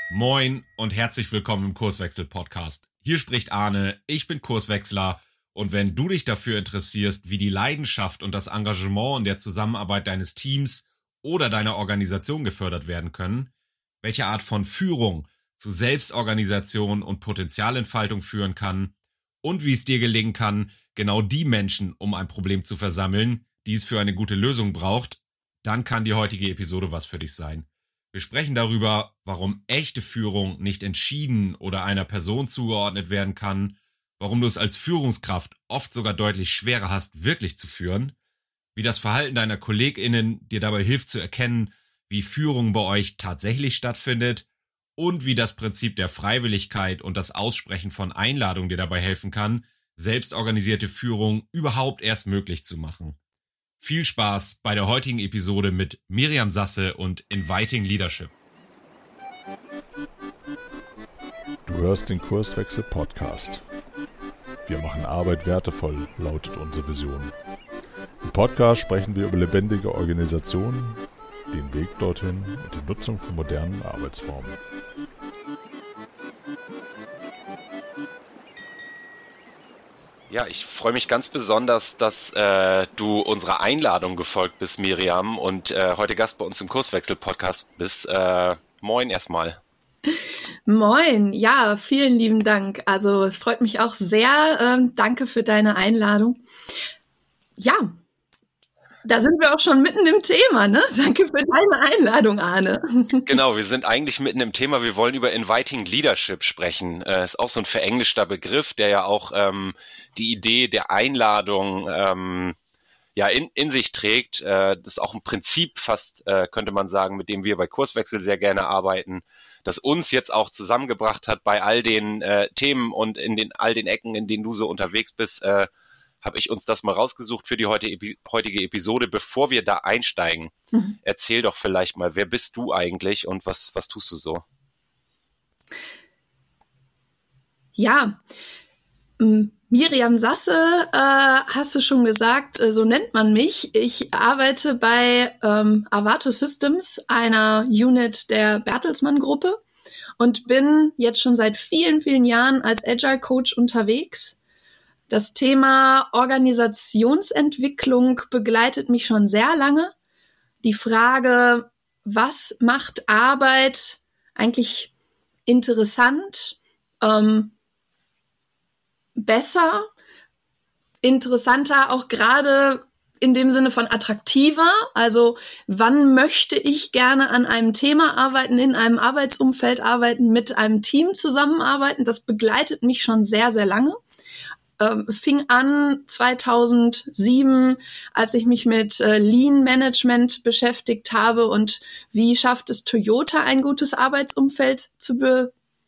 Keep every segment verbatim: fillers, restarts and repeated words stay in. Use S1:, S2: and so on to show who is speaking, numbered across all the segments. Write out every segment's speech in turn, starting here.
S1: Moin und herzlich willkommen im Kurswechsel-Podcast. Hier spricht Arne, ich bin Kurswechsler und wenn du dich dafür interessierst, wie die Leidenschaft und das Engagement in der Zusammenarbeit deines Teams oder deiner Organisation gefördert werden können, welche Art von Führung zu Selbstorganisation und Potenzialentfaltung führen kann und wie es dir gelingen kann, genau die Menschen um ein Problem zu versammeln, die es für eine gute Lösung braucht, dann kann die heutige Episode was für dich sein. Wir sprechen darüber, warum echte Führung nicht entschieden oder einer Person zugeordnet werden kann, warum du es als Führungskraft oft sogar deutlich schwerer hast, wirklich zu führen, wie das Verhalten deiner KollegInnen dir dabei hilft zu erkennen, wie Führung bei euch tatsächlich stattfindet und wie das Prinzip der Freiwilligkeit und das Aussprechen von Einladungen dir dabei helfen kann, selbstorganisierte Führung überhaupt erst möglich zu machen. Viel Spaß bei der heutigen Episode mit Miriam Sasse und Inviting Leadership.
S2: Du hörst den Kurswechsel-Podcast. Wir machen Arbeit wertevoll, lautet unsere Vision. Im Podcast sprechen wir über lebendige Organisationen, den Weg dorthin und die Nutzung von modernen Arbeitsformen.
S3: Ja, ich freue mich ganz besonders, dass äh, du unserer Einladung gefolgt bist, Miriam, und äh, heute Gast bei uns im Kurswechsel-Podcast bist. Äh, moin erstmal.
S4: Moin, ja, vielen lieben Dank. Also es freut mich auch sehr. Ähm, danke für deine Einladung. Ja, da sind wir auch schon mitten im Thema, ne? Danke für deine Einladung, Arne.
S3: Genau, wir sind eigentlich mitten im Thema. Wir wollen über Inviting Leadership sprechen. Äh, ist auch so ein verenglischter Begriff, der ja auch ähm, die Idee der Einladung ähm, ja in, in sich trägt. Äh, das ist auch ein Prinzip fast, äh, könnte man sagen, mit dem wir bei Kurswechsel sehr gerne arbeiten, das uns jetzt auch zusammengebracht hat bei all den äh, Themen und in den all den Ecken, in denen du so unterwegs bist, äh, habe ich uns das mal rausgesucht für die heutige, heutige Episode. Bevor wir da einsteigen, mhm. erzähl doch vielleicht mal, wer bist du eigentlich und was, was tust du so?
S4: Ja, m- Miriam Sasse, äh, hast du schon gesagt, äh, so nennt man mich. Ich arbeite bei ähm, Avato Systems, einer Unit der Bertelsmann-Gruppe und bin jetzt schon seit vielen, vielen Jahren als Agile Coach unterwegs. Das Thema Organisationsentwicklung begleitet mich schon sehr lange. Die Frage, was macht Arbeit eigentlich interessant, ähm, besser, interessanter, auch gerade in dem Sinne von attraktiver. Also wann möchte ich gerne an einem Thema arbeiten, in einem Arbeitsumfeld arbeiten, mit einem Team zusammenarbeiten? Das begleitet mich schon sehr, sehr lange. Ähm, fing an zweitausendsieben, als ich mich mit äh, Lean Management beschäftigt habe und wie schafft es Toyota, ein gutes Arbeitsumfeld zu be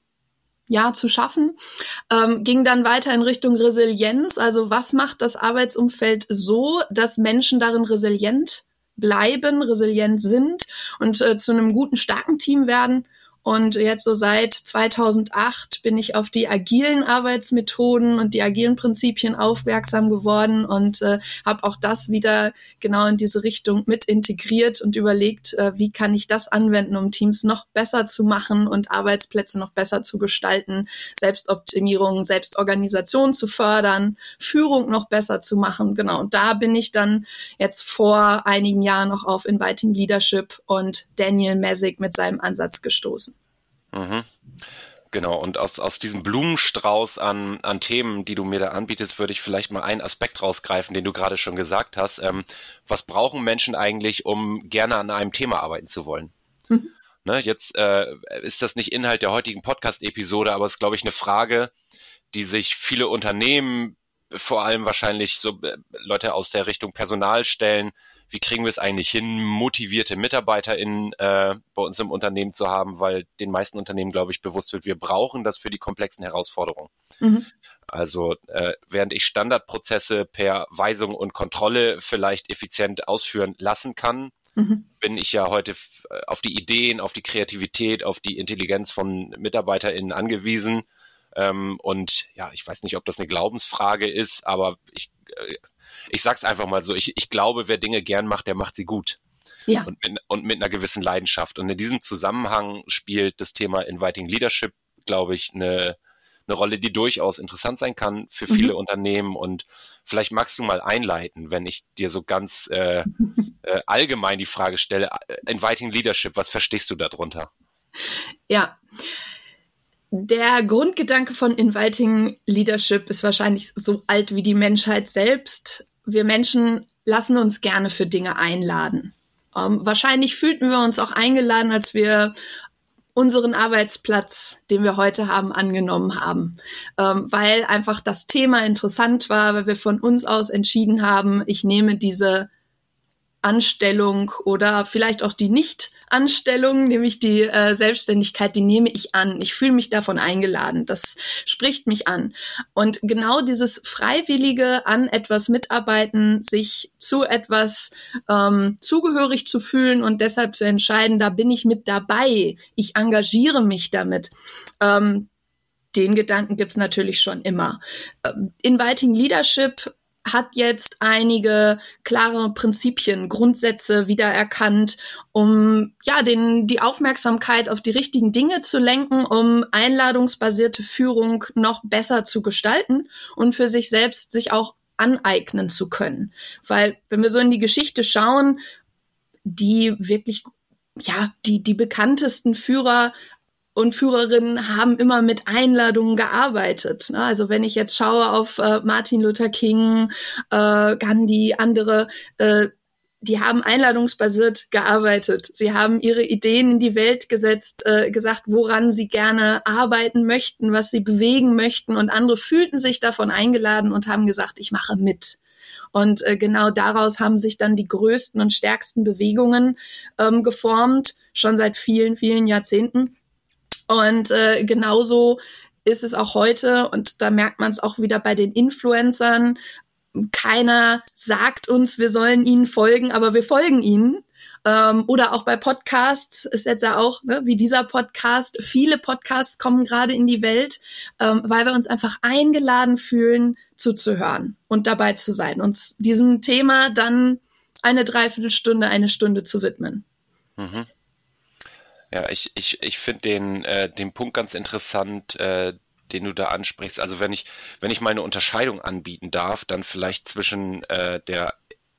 S4: ja zu schaffen. Ähm, ging dann weiter in Richtung Resilienz, also was macht das Arbeitsumfeld so, dass Menschen darin resilient bleiben, resilient sind und äh, zu einem guten, starken Team werden. Und jetzt so seit zweitausendacht bin ich auf die agilen Arbeitsmethoden und die agilen Prinzipien aufmerksam geworden und äh, habe auch das wieder genau in diese Richtung mit integriert und überlegt, äh, wie kann ich das anwenden, um Teams noch besser zu machen und Arbeitsplätze noch besser zu gestalten, Selbstoptimierung, Selbstorganisation zu fördern, Führung noch besser zu machen. Genau, und da bin ich dann jetzt vor einigen Jahren noch auf Inviting Leadership und Daniel Messick mit seinem Ansatz gestoßen.
S3: Mhm. Genau, und aus, aus diesem Blumenstrauß an, an Themen, die du mir da anbietest, würde ich vielleicht mal einen Aspekt rausgreifen, den du gerade schon gesagt hast. Ähm, was brauchen Menschen eigentlich, um gerne an einem Thema arbeiten zu wollen? Mhm. Ne, jetzt äh, ist das nicht Inhalt der heutigen Podcast-Episode, aber es ist, glaube ich, eine Frage, die sich viele Unternehmen, vor allem wahrscheinlich so äh, Leute aus der Richtung Personal stellen. Wie kriegen wir es eigentlich hin, motivierte MitarbeiterInnen äh, bei uns im Unternehmen zu haben, weil den meisten Unternehmen, glaube ich, bewusst wird, wir brauchen das für die komplexen Herausforderungen. Mhm. Also äh, während ich Standardprozesse per Weisung und Kontrolle vielleicht effizient ausführen lassen kann, mhm. bin ich ja heute f- auf die Ideen, auf die Kreativität, auf die Intelligenz von MitarbeiterInnen angewiesen. Ähm, und ja, ich weiß nicht, ob das eine Glaubensfrage ist, aber ich... Äh, Ich sag's einfach mal so, ich, ich glaube, wer Dinge gern macht, der macht sie gut.
S4: Ja.
S3: und, mit, und mit einer gewissen Leidenschaft. Und in diesem Zusammenhang spielt das Thema Inviting Leadership, glaube ich, eine, eine Rolle, die durchaus interessant sein kann für viele mhm. Unternehmen. Und vielleicht magst du mal einleiten, wenn ich dir so ganz äh, äh, allgemein die Frage stelle, Inviting Leadership, was verstehst du darunter?
S4: Ja, der Grundgedanke von Inviting Leadership ist wahrscheinlich so alt wie die Menschheit selbst. Wir Menschen lassen uns gerne für Dinge einladen. Ähm, wahrscheinlich fühlten wir uns auch eingeladen, als wir unseren Arbeitsplatz, den wir heute haben, angenommen haben, ähm, weil einfach das Thema interessant war, weil wir von uns aus entschieden haben, ich nehme diese Anstellung oder vielleicht auch die Nicht-Anstellung, nämlich die äh, Selbstständigkeit, die nehme ich an. Ich fühle mich davon eingeladen. Das spricht mich an. Und genau dieses freiwillige an etwas mitarbeiten, sich zu etwas ähm, zugehörig zu fühlen und deshalb zu entscheiden, da bin ich mit dabei. Ich engagiere mich damit. Ähm, den Gedanken gibt's natürlich schon immer. Ähm, Inviting Leadership hat jetzt einige klare Prinzipien, Grundsätze wiedererkannt, um ja den die Aufmerksamkeit auf die richtigen Dinge zu lenken, um einladungsbasierte Führung noch besser zu gestalten und für sich selbst sich auch aneignen zu können. Weil wenn wir so in die Geschichte schauen, die wirklich ja die die bekanntesten Führer und Führerinnen haben immer mit Einladungen gearbeitet. Also wenn ich jetzt schaue auf äh, Martin Luther King, äh, Gandhi, andere, äh, die haben einladungsbasiert gearbeitet. Sie haben ihre Ideen in die Welt gesetzt, äh, gesagt, woran sie gerne arbeiten möchten, was sie bewegen möchten. Und andere fühlten sich davon eingeladen und haben gesagt, ich mache mit. Und äh, genau daraus haben sich dann die größten und stärksten Bewegungen ähm, geformt, schon seit vielen, vielen Jahrzehnten. Und äh, genauso ist es auch heute, und da merkt man es auch wieder bei den Influencern. Keiner sagt uns, wir sollen ihnen folgen, aber wir folgen ihnen. Ähm, oder auch bei Podcasts ist jetzt ja auch, ne, wie dieser Podcast. Viele Podcasts kommen gerade in die Welt, ähm, weil wir uns einfach eingeladen fühlen, zuzuhören und dabei zu sein, uns diesem Thema dann eine Dreiviertelstunde, eine Stunde zu widmen.
S3: Mhm. Ja, ich, ich, ich finde den, äh, den Punkt ganz interessant, äh, den du da ansprichst. Also wenn ich, wenn ich mal eine Unterscheidung anbieten darf, dann vielleicht zwischen äh, der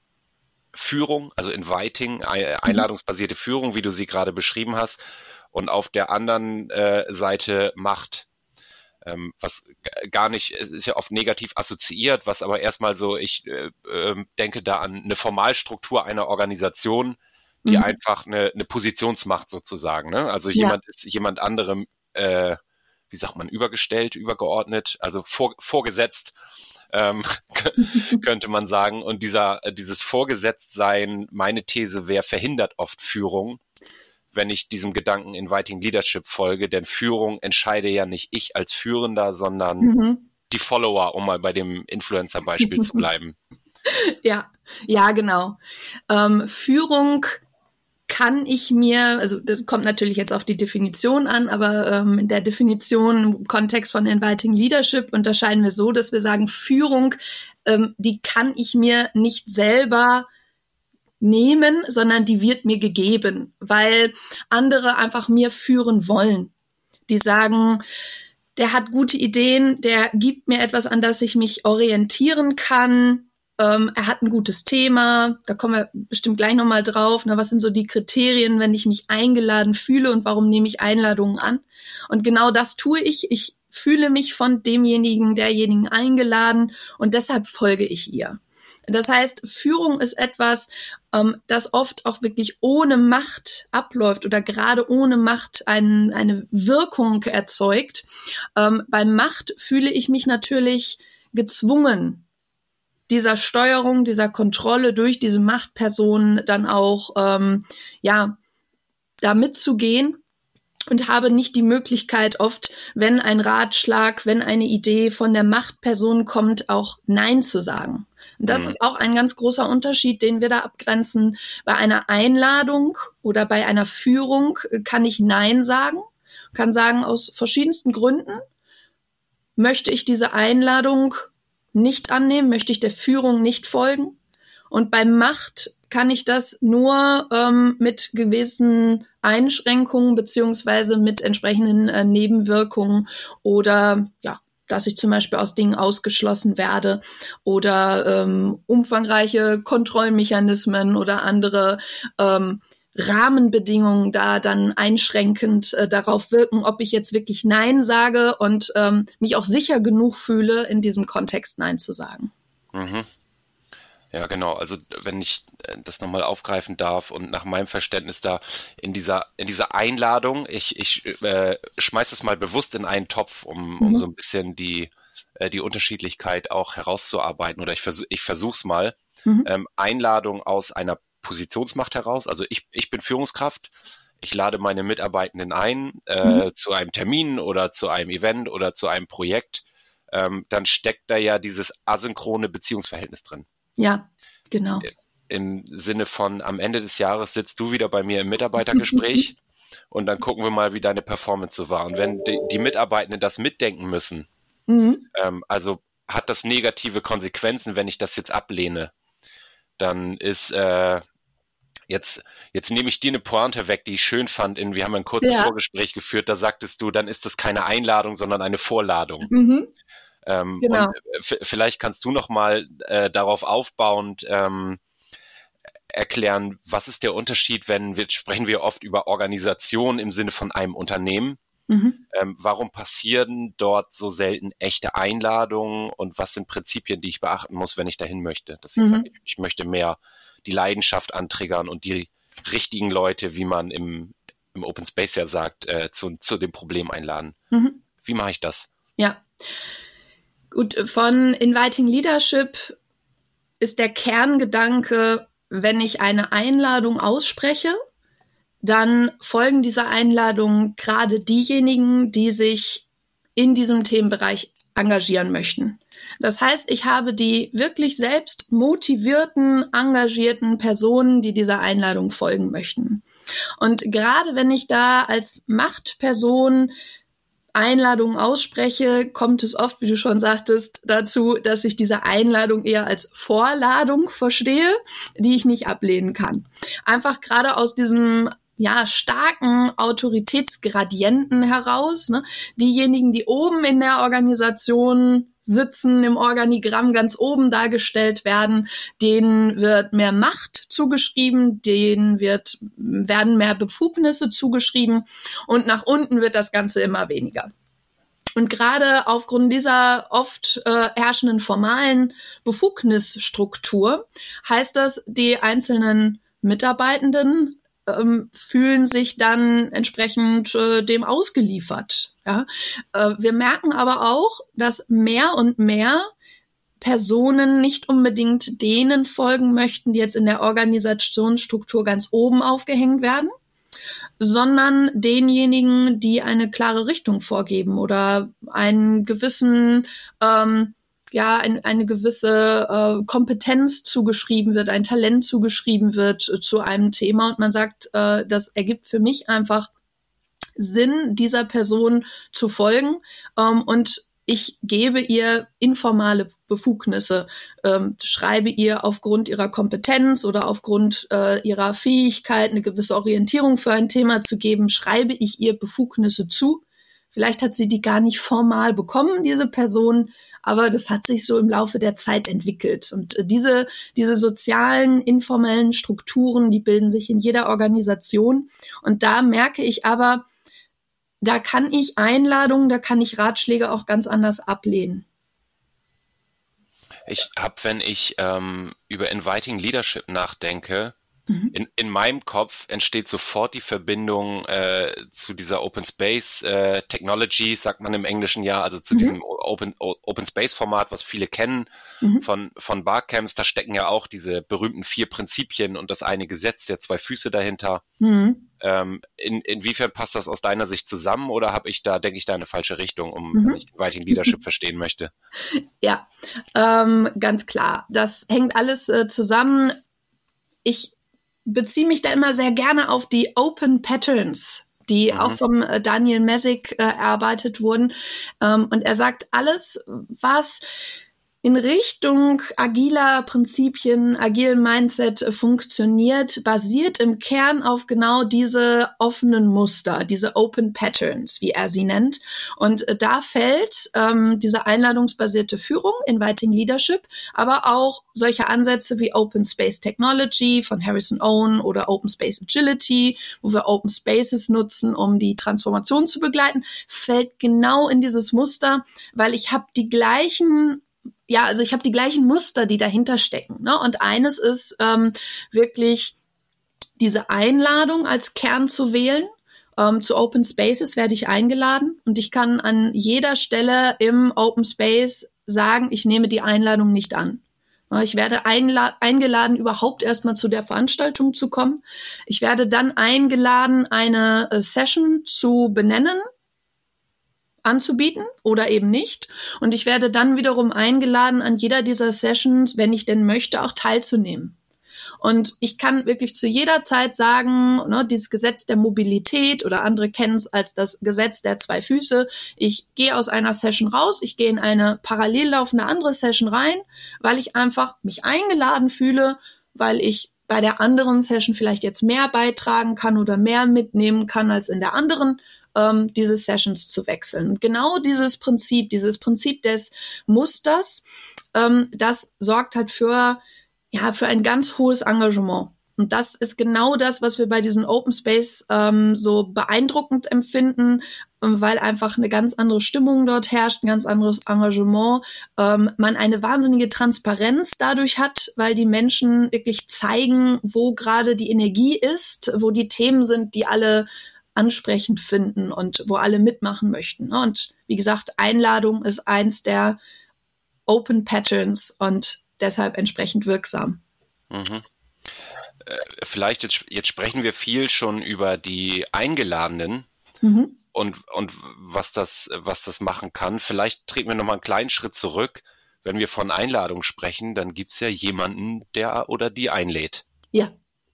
S3: Führung, also Inviting, einladungsbasierte Führung, wie du sie gerade beschrieben hast, und auf der anderen äh, Seite Macht. Ähm, was gar nicht, es ist ja oft negativ assoziiert, was aber erstmal so, ich äh, äh, denke da an eine Formalstruktur einer Organisation, die mhm. einfach eine, eine Positionsmacht sozusagen, ne? Also ja. jemand ist jemand anderem, äh, wie sagt man, übergestellt, übergeordnet, also vor, vorgesetzt, ähm, könnte man sagen. Und dieser dieses Vorgesetztsein, meine These wäre, verhindert oft Führung, wenn ich diesem Gedanken Inviting Leadership folge, denn Führung entscheide ja nicht ich als Führender, sondern mhm. die Follower, um mal bei dem Influencer-Beispiel zu bleiben.
S4: Ja, ja, genau. Ähm, Führung kann ich mir, also das kommt natürlich jetzt auf die Definition an, aber ähm, in der Definition im Kontext von Inviting Leadership unterscheiden wir so, dass wir sagen, Führung, ähm, die kann ich mir nicht selber nehmen, sondern die wird mir gegeben, weil andere einfach mir führen wollen. Die sagen, der hat gute Ideen, der gibt mir etwas, an das ich mich orientieren kann. Ähm, er hat ein gutes Thema, da kommen wir bestimmt gleich nochmal drauf. Na, was sind so die Kriterien, wenn ich mich eingeladen fühle und warum nehme ich Einladungen an? Und genau das tue ich. Ich fühle mich von demjenigen, derjenigen eingeladen und deshalb folge ich ihr. Das heißt, Führung ist etwas, ähm, das oft auch wirklich ohne Macht abläuft oder gerade ohne Macht ein, eine Wirkung erzeugt. Ähm, bei Macht fühle ich mich natürlich gezwungen, dieser Steuerung, dieser Kontrolle durch diese Machtpersonen dann auch ähm, ja da mitzugehen und habe nicht die Möglichkeit oft, wenn ein Ratschlag, wenn eine Idee von der Machtperson kommt, auch Nein zu sagen. Und das mhm. ist auch ein ganz großer Unterschied, den wir da abgrenzen. Bei einer Einladung oder bei einer Führung kann ich Nein sagen, kann sagen, aus verschiedensten Gründen möchte ich diese Einladung nicht annehmen, möchte ich der Führung nicht folgen. Und bei Macht kann ich das nur ähm, mit gewissen Einschränkungen beziehungsweise mit entsprechenden äh, Nebenwirkungen oder ja, dass ich zum Beispiel aus Dingen ausgeschlossen werde oder ähm, umfangreiche Kontrollmechanismen oder andere ähm, Rahmenbedingungen da dann einschränkend äh, darauf wirken, ob ich jetzt wirklich Nein sage und ähm, mich auch sicher genug fühle, in diesem Kontext Nein zu sagen.
S3: Mhm. Ja, genau. Also wenn ich das nochmal aufgreifen darf und nach meinem Verständnis da in dieser in dieser Einladung, ich ich äh, schmeiß das mal bewusst in einen Topf, um um
S4: Mhm.
S3: so ein bisschen die äh, die Unterschiedlichkeit auch herauszuarbeiten oder ich versuch, ich versuch's mal.
S4: Mhm.
S3: Ähm, Einladung aus einer Positionsmacht heraus. Also ich ich bin Führungskraft. Ich lade meine Mitarbeitenden ein äh,
S4: Mhm.
S3: zu einem Termin oder zu einem Event oder zu einem Projekt. Ähm, dann steckt da ja dieses asynchrone Beziehungsverhältnis drin.
S4: Ja, genau.
S3: Im Sinne von, am Ende des Jahres sitzt du wieder bei mir im Mitarbeitergespräch und dann gucken wir mal, wie deine Performance so war. Und wenn die, die Mitarbeitenden das mitdenken müssen,
S4: Mhm.
S3: ähm, also hat das negative Konsequenzen, wenn ich das jetzt ablehne, dann ist äh, jetzt, jetzt nehme ich dir eine Pointe weg, die ich schön fand. In, wir haben ein kurzes
S4: Ja.
S3: Vorgespräch geführt, da sagtest du, dann ist das keine Einladung, sondern eine Vorladung.
S4: Mhm.
S3: Ähm,
S4: Genau.
S3: Und f- vielleicht kannst du noch mal äh, darauf aufbauend ähm, erklären, was ist der Unterschied, wenn wir sprechen wir oft über Organisation im Sinne von einem Unternehmen.
S4: Mhm.
S3: Ähm, warum passieren dort so selten echte Einladungen und was sind Prinzipien, die ich beachten muss, wenn ich dahin möchte? Dass ich
S4: Mhm.
S3: sage, ich möchte mehr die Leidenschaft antriggern und die richtigen Leute, wie man im, im Open Space ja sagt, äh, zu, zu dem Problem einladen.
S4: Mhm.
S3: Wie mache ich das?
S4: Ja. Gut, von Inviting Leadership ist der Kerngedanke, wenn ich eine Einladung ausspreche, dann folgen dieser Einladung gerade diejenigen, die sich in diesem Themenbereich engagieren möchten. Das heißt, ich habe die wirklich selbst motivierten, engagierten Personen, die dieser Einladung folgen möchten. Und gerade wenn ich da als Machtperson Einladungen ausspreche, kommt es oft, wie du schon sagtest, dazu, dass ich diese Einladung eher als Vorladung verstehe, die ich nicht ablehnen kann. Einfach gerade aus diesem ja starken Autoritätsgradienten heraus. Ne? Diejenigen, die oben in der Organisation sitzen, im Organigramm ganz oben dargestellt werden, denen wird mehr Macht zugeschrieben, denen wird, werden mehr Befugnisse zugeschrieben und nach unten wird das Ganze immer weniger. Und gerade aufgrund dieser oft äh, herrschenden formalen Befugnisstruktur heißt das, die einzelnen Mitarbeitenden ähm, fühlen sich dann entsprechend äh, dem ausgeliefert. Ja? Äh, wir merken aber auch, dass mehr und mehr Personen nicht unbedingt denen folgen möchten, die jetzt in der Organisationsstruktur ganz oben aufgehängt werden, sondern denjenigen, die eine klare Richtung vorgeben oder einen gewissen, ähm, ja, ein, eine gewisse äh, Kompetenz zugeschrieben wird, ein Talent zugeschrieben wird äh, zu einem Thema und man sagt, äh, das ergibt für mich einfach Sinn, dieser Person zu folgen ähm, und ich gebe ihr informale Befugnisse, ähm, schreibe ihr aufgrund ihrer Kompetenz oder aufgrund äh, ihrer Fähigkeit, eine gewisse Orientierung für ein Thema zu geben, schreibe ich ihr Befugnisse zu. Vielleicht hat sie die gar nicht formal bekommen, diese Person, aber das hat sich so im Laufe der Zeit entwickelt. Und äh, diese, diese sozialen, informellen Strukturen, die bilden sich in jeder Organisation. Und da merke ich aber, da kann ich Einladungen, da kann ich Ratschläge auch ganz anders ablehnen.
S3: Ich habe, wenn ich ähm, über Inviting Leadership nachdenke,
S4: Mhm.
S3: in, in meinem Kopf entsteht sofort die Verbindung äh, zu dieser Open Space äh, Technology, sagt man im Englischen ja, also zu
S4: Mhm.
S3: diesem Open, Open Space Format, was viele kennen
S4: Mhm.
S3: von, von Barcamps. Da stecken ja auch diese berühmten vier Prinzipien und das eine Gesetz der zwei Füße dahinter.
S4: Mhm.
S3: Ähm, in, inwiefern passt das aus deiner Sicht zusammen oder habe ich da, denke ich, da in eine falsche Richtung, um
S4: Mhm.
S3: wenn ich Inviting Leadership verstehen möchte?
S4: Ja, ähm, ganz klar. Das hängt alles äh, zusammen. Ich beziehe mich da immer sehr gerne auf die Open Patterns, die
S3: Mhm.
S4: auch vom äh, Daniel Messick äh, erarbeitet wurden. Ähm, und er sagt, alles, was in Richtung agiler Prinzipien, agilen Mindset funktioniert, basiert im Kern auf genau diese offenen Muster, diese Open Patterns, wie er sie nennt. Und da fällt ähm, diese einladungsbasierte Führung, Inviting Leadership, aber auch solche Ansätze wie Open Space Technology von Harrison Owen oder Open Space Agility, wo wir Open Spaces nutzen, um die Transformation zu begleiten, fällt genau in dieses Muster, weil ich habe die gleichen Ja, also ich habe die gleichen Muster, die dahinter stecken. Ne? Und eines ist ähm, wirklich diese Einladung als Kern zu wählen. Ähm, zu Open Spaces werde ich eingeladen und ich kann an jeder Stelle im Open Space sagen, ich nehme die Einladung nicht an. Ich werde einla- eingeladen, überhaupt erstmal zu der Veranstaltung zu kommen. Ich werde dann eingeladen, eine äh, Session zu benennen, anzubieten oder eben nicht. Und ich werde dann wiederum eingeladen, an jeder dieser Sessions, wenn ich denn möchte, auch teilzunehmen. Und ich kann wirklich zu jeder Zeit sagen, ne, dieses Gesetz der Mobilität oder andere kennen es als das Gesetz der zwei Füße. Ich gehe aus einer Session raus, ich gehe in eine parallel laufende andere Session rein, weil ich einfach mich eingeladen fühle, weil ich bei der anderen Session vielleicht jetzt mehr beitragen kann oder mehr mitnehmen kann als in der anderen, ähm, diese Sessions zu wechseln. Und genau dieses Prinzip, dieses Prinzip des Musters, ähm, das sorgt halt für ja, für ein ganz hohes Engagement. Und das ist genau das, was wir bei diesen Open Space ähm, so beeindruckend empfinden, weil einfach eine ganz andere Stimmung dort herrscht, ein ganz anderes Engagement. Ähm, man eine wahnsinnige Transparenz dadurch hat, weil die Menschen wirklich zeigen, wo gerade die Energie ist, wo die Themen sind, die alle ansprechend finden und wo alle mitmachen möchten. Und wie gesagt, Einladung ist eins der Open Patterns und deshalb entsprechend wirksam.
S3: Mhm. Äh, vielleicht jetzt, jetzt sprechen wir viel schon über die Eingeladenen mhm. und, und was das, was das machen kann. Vielleicht treten wir nochmal einen kleinen Schritt zurück. Wenn wir von Einladung sprechen, dann gibt es ja jemanden, der oder die einlädt.
S4: Ja.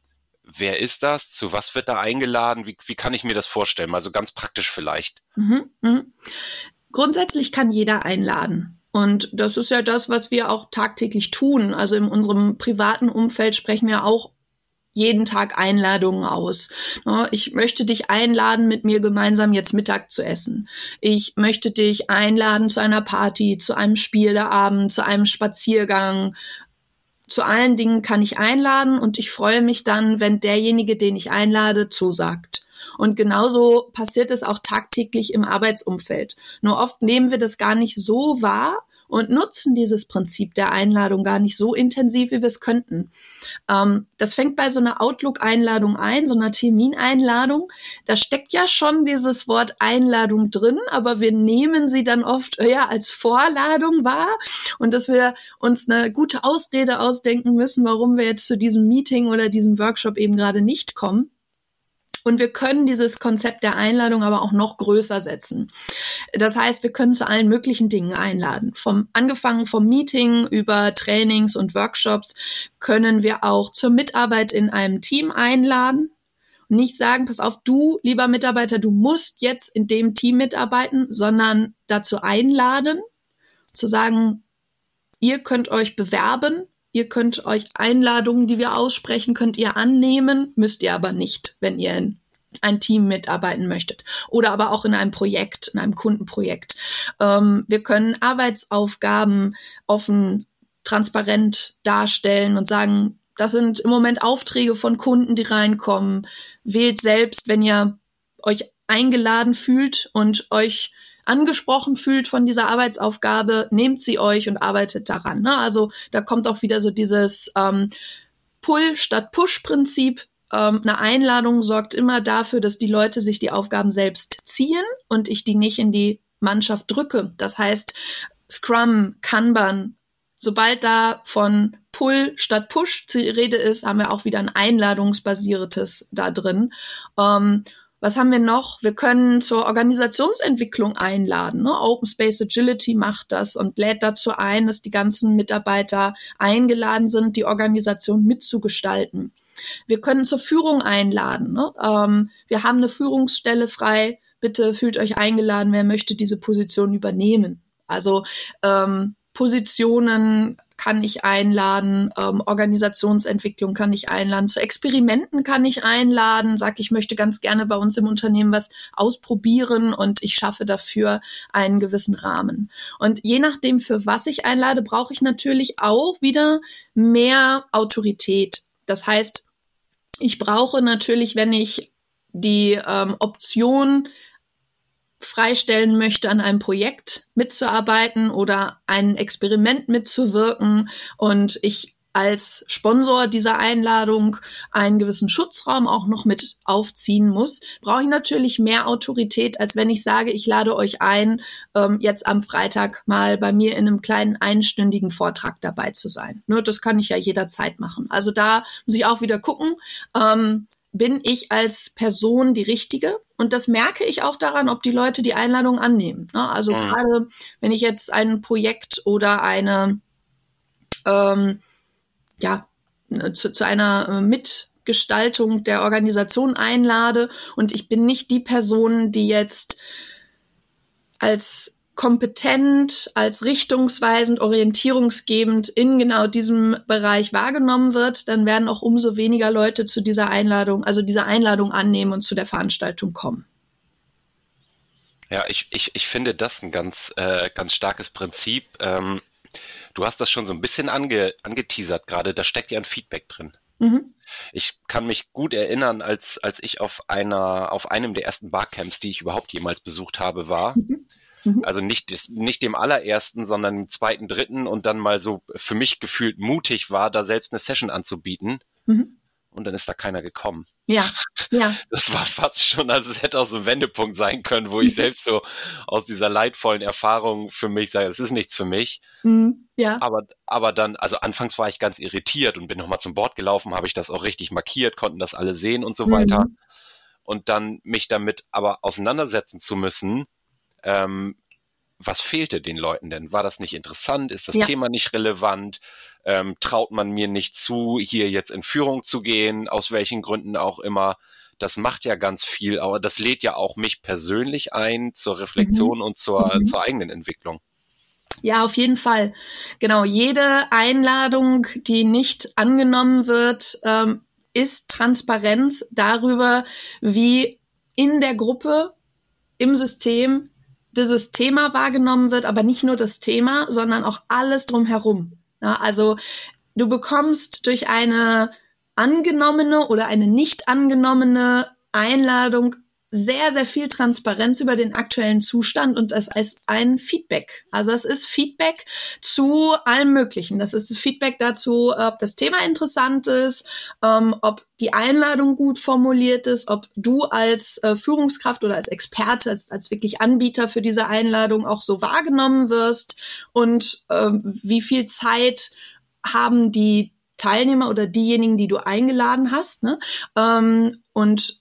S3: Wer ist das? Zu was wird da eingeladen? Wie, wie kann ich mir das vorstellen? Also ganz praktisch vielleicht.
S4: Mhm. Mhm. Grundsätzlich kann jeder einladen. Und das ist ja das, was wir auch tagtäglich tun. Also in unserem privaten Umfeld sprechen wir auch jeden Tag Einladungen aus. Ich möchte dich einladen, mit mir gemeinsam jetzt Mittag zu essen. Ich möchte dich einladen zu einer Party, zu einem Spieleabend, zu einem Spaziergang. Zu allen Dingen kann ich einladen und ich freue mich dann, wenn derjenige, den ich einlade, zusagt. Und genauso passiert es auch tagtäglich im Arbeitsumfeld. Nur oft nehmen wir das gar nicht so wahr und nutzen dieses Prinzip der Einladung gar nicht so intensiv, wie wir es könnten. Ähm, das fängt bei so einer Outlook-Einladung ein, so einer Termineinladung. Da steckt ja schon dieses Wort Einladung drin, aber wir nehmen sie dann oft eher als Vorladung wahr und dass wir uns eine gute Ausrede ausdenken müssen, warum wir jetzt zu diesem Meeting oder diesem Workshop eben gerade nicht kommen. Und wir können dieses Konzept der Einladung aber auch noch größer setzen. Das heißt, wir können zu allen möglichen Dingen einladen. Vom, angefangen vom Meeting über Trainings und Workshops können wir auch zur Mitarbeit in einem Team einladen. Und nicht sagen, pass auf, du, lieber Mitarbeiter, du musst jetzt in dem Team mitarbeiten, sondern dazu einladen, zu sagen, ihr könnt euch bewerben. Ihr könnt euch Einladungen, die wir aussprechen, könnt ihr annehmen, müsst ihr aber nicht, wenn ihr in ein Team mitarbeiten möchtet. Oder aber auch in einem Projekt, in einem Kundenprojekt. Ähm, wir können Arbeitsaufgaben offen, transparent darstellen und sagen, das sind im Moment Aufträge von Kunden, die reinkommen. Wählt selbst, wenn ihr euch eingeladen fühlt und euch angesprochen fühlt von dieser Arbeitsaufgabe, nehmt sie euch und arbeitet daran. Ne? Also da kommt auch wieder so dieses ähm, Pull- statt Push-Prinzip. Ähm, eine Einladung sorgt immer dafür, dass die Leute sich die Aufgaben selbst ziehen und ich die nicht in die Mannschaft drücke. Das heißt, Scrum, Kanban, sobald da von Pull statt Push die Rede ist, haben wir auch wieder ein einladungsbasiertes da drin. Ähm, Was haben wir noch? Wir können zur Organisationsentwicklung einladen. Ne? Open Space Agility macht das und lädt dazu ein, dass die ganzen Mitarbeiter eingeladen sind, die Organisation mitzugestalten. Wir können zur Führung einladen. Ne? Ähm, wir haben eine Führungsstelle frei. Bitte fühlt euch eingeladen, wer möchte diese Position übernehmen. Also ähm, Positionen kann ich einladen, ähm, Organisationsentwicklung kann ich einladen, zu Experimenten kann ich einladen, sag, ich möchte ganz gerne bei uns im Unternehmen was ausprobieren und ich schaffe dafür einen gewissen Rahmen. Und je nachdem, für was ich einlade, brauche ich natürlich auch wieder mehr Autorität. Das heißt, ich brauche natürlich, wenn ich die ähm, Option freistellen möchte, an einem Projekt mitzuarbeiten oder ein Experiment mitzuwirken und ich als Sponsor dieser Einladung einen gewissen Schutzraum auch noch mit aufziehen muss, brauche ich natürlich mehr Autorität, als wenn ich sage, ich lade euch ein, ähm, jetzt am Freitag mal bei mir in einem kleinen einstündigen Vortrag dabei zu sein. Ne, das kann ich ja jederzeit machen. Also da muss ich auch wieder gucken, ähm, bin ich als Person die Richtige? Und das merke ich auch daran, ob die Leute die Einladung annehmen. Also mhm. gerade wenn ich jetzt ein Projekt oder eine, ähm, ja, zu, zu einer Mitgestaltung der Organisation einlade und ich bin nicht die Person, die jetzt als kompetent, als richtungsweisend, orientierungsgebend in genau diesem Bereich wahrgenommen wird, dann werden auch umso weniger Leute zu dieser Einladung, also dieser Einladung annehmen und zu der Veranstaltung kommen.
S3: Ja, ich, ich, ich finde das ein ganz, äh, ganz starkes Prinzip. Ähm, du hast das schon so ein bisschen ange, angeteasert gerade, da steckt ja ein Feedback drin. Mhm. Ich kann mich gut erinnern, als, als ich auf einer, auf einem der ersten Barcamps, die ich überhaupt jemals besucht habe, war. Mhm. Also nicht, nicht dem allerersten, sondern dem zweiten, dritten und dann mal so für mich gefühlt mutig war, da selbst eine Session anzubieten. Mhm. Und dann ist da keiner gekommen.
S4: Ja, ja.
S3: Das war fast schon, also es hätte auch so ein Wendepunkt sein können, wo ich selbst so aus dieser leidvollen Erfahrung für mich sage, es ist nichts für mich. Mhm. Ja. Aber, aber dann, also anfangs war ich ganz irritiert und bin nochmal zum Board gelaufen, habe ich das auch richtig markiert, konnten das alle sehen und so mhm. weiter. Und dann mich damit aber auseinandersetzen zu müssen, Ähm, was fehlte den Leuten denn? War das nicht interessant? Ist das ja. Thema nicht relevant? Ähm, traut man mir nicht zu, hier jetzt in Führung zu gehen? Aus welchen Gründen auch immer. Das macht ja ganz viel, aber das lädt ja auch mich persönlich ein zur Reflexion mhm. und zur, mhm. zur eigenen Entwicklung.
S4: Ja, auf jeden Fall. Genau, jede Einladung, die nicht angenommen wird, ähm, ist Transparenz darüber, wie in der Gruppe, im System dieses Thema wahrgenommen wird, aber nicht nur das Thema, sondern auch alles drumherum. Ja, also du bekommst durch eine angenommene oder eine nicht angenommene Einladung sehr, sehr viel Transparenz über den aktuellen Zustand und es ist ein Feedback. Also es ist Feedback zu allem Möglichen. Das ist das Feedback dazu, ob das Thema interessant ist, ähm, ob die Einladung gut formuliert ist, ob du als äh, Führungskraft oder als Experte, als, als wirklich Anbieter für diese Einladung auch so wahrgenommen wirst und ähm, wie viel Zeit haben die Teilnehmer oder diejenigen, die du eingeladen hast, ne? Ähm, und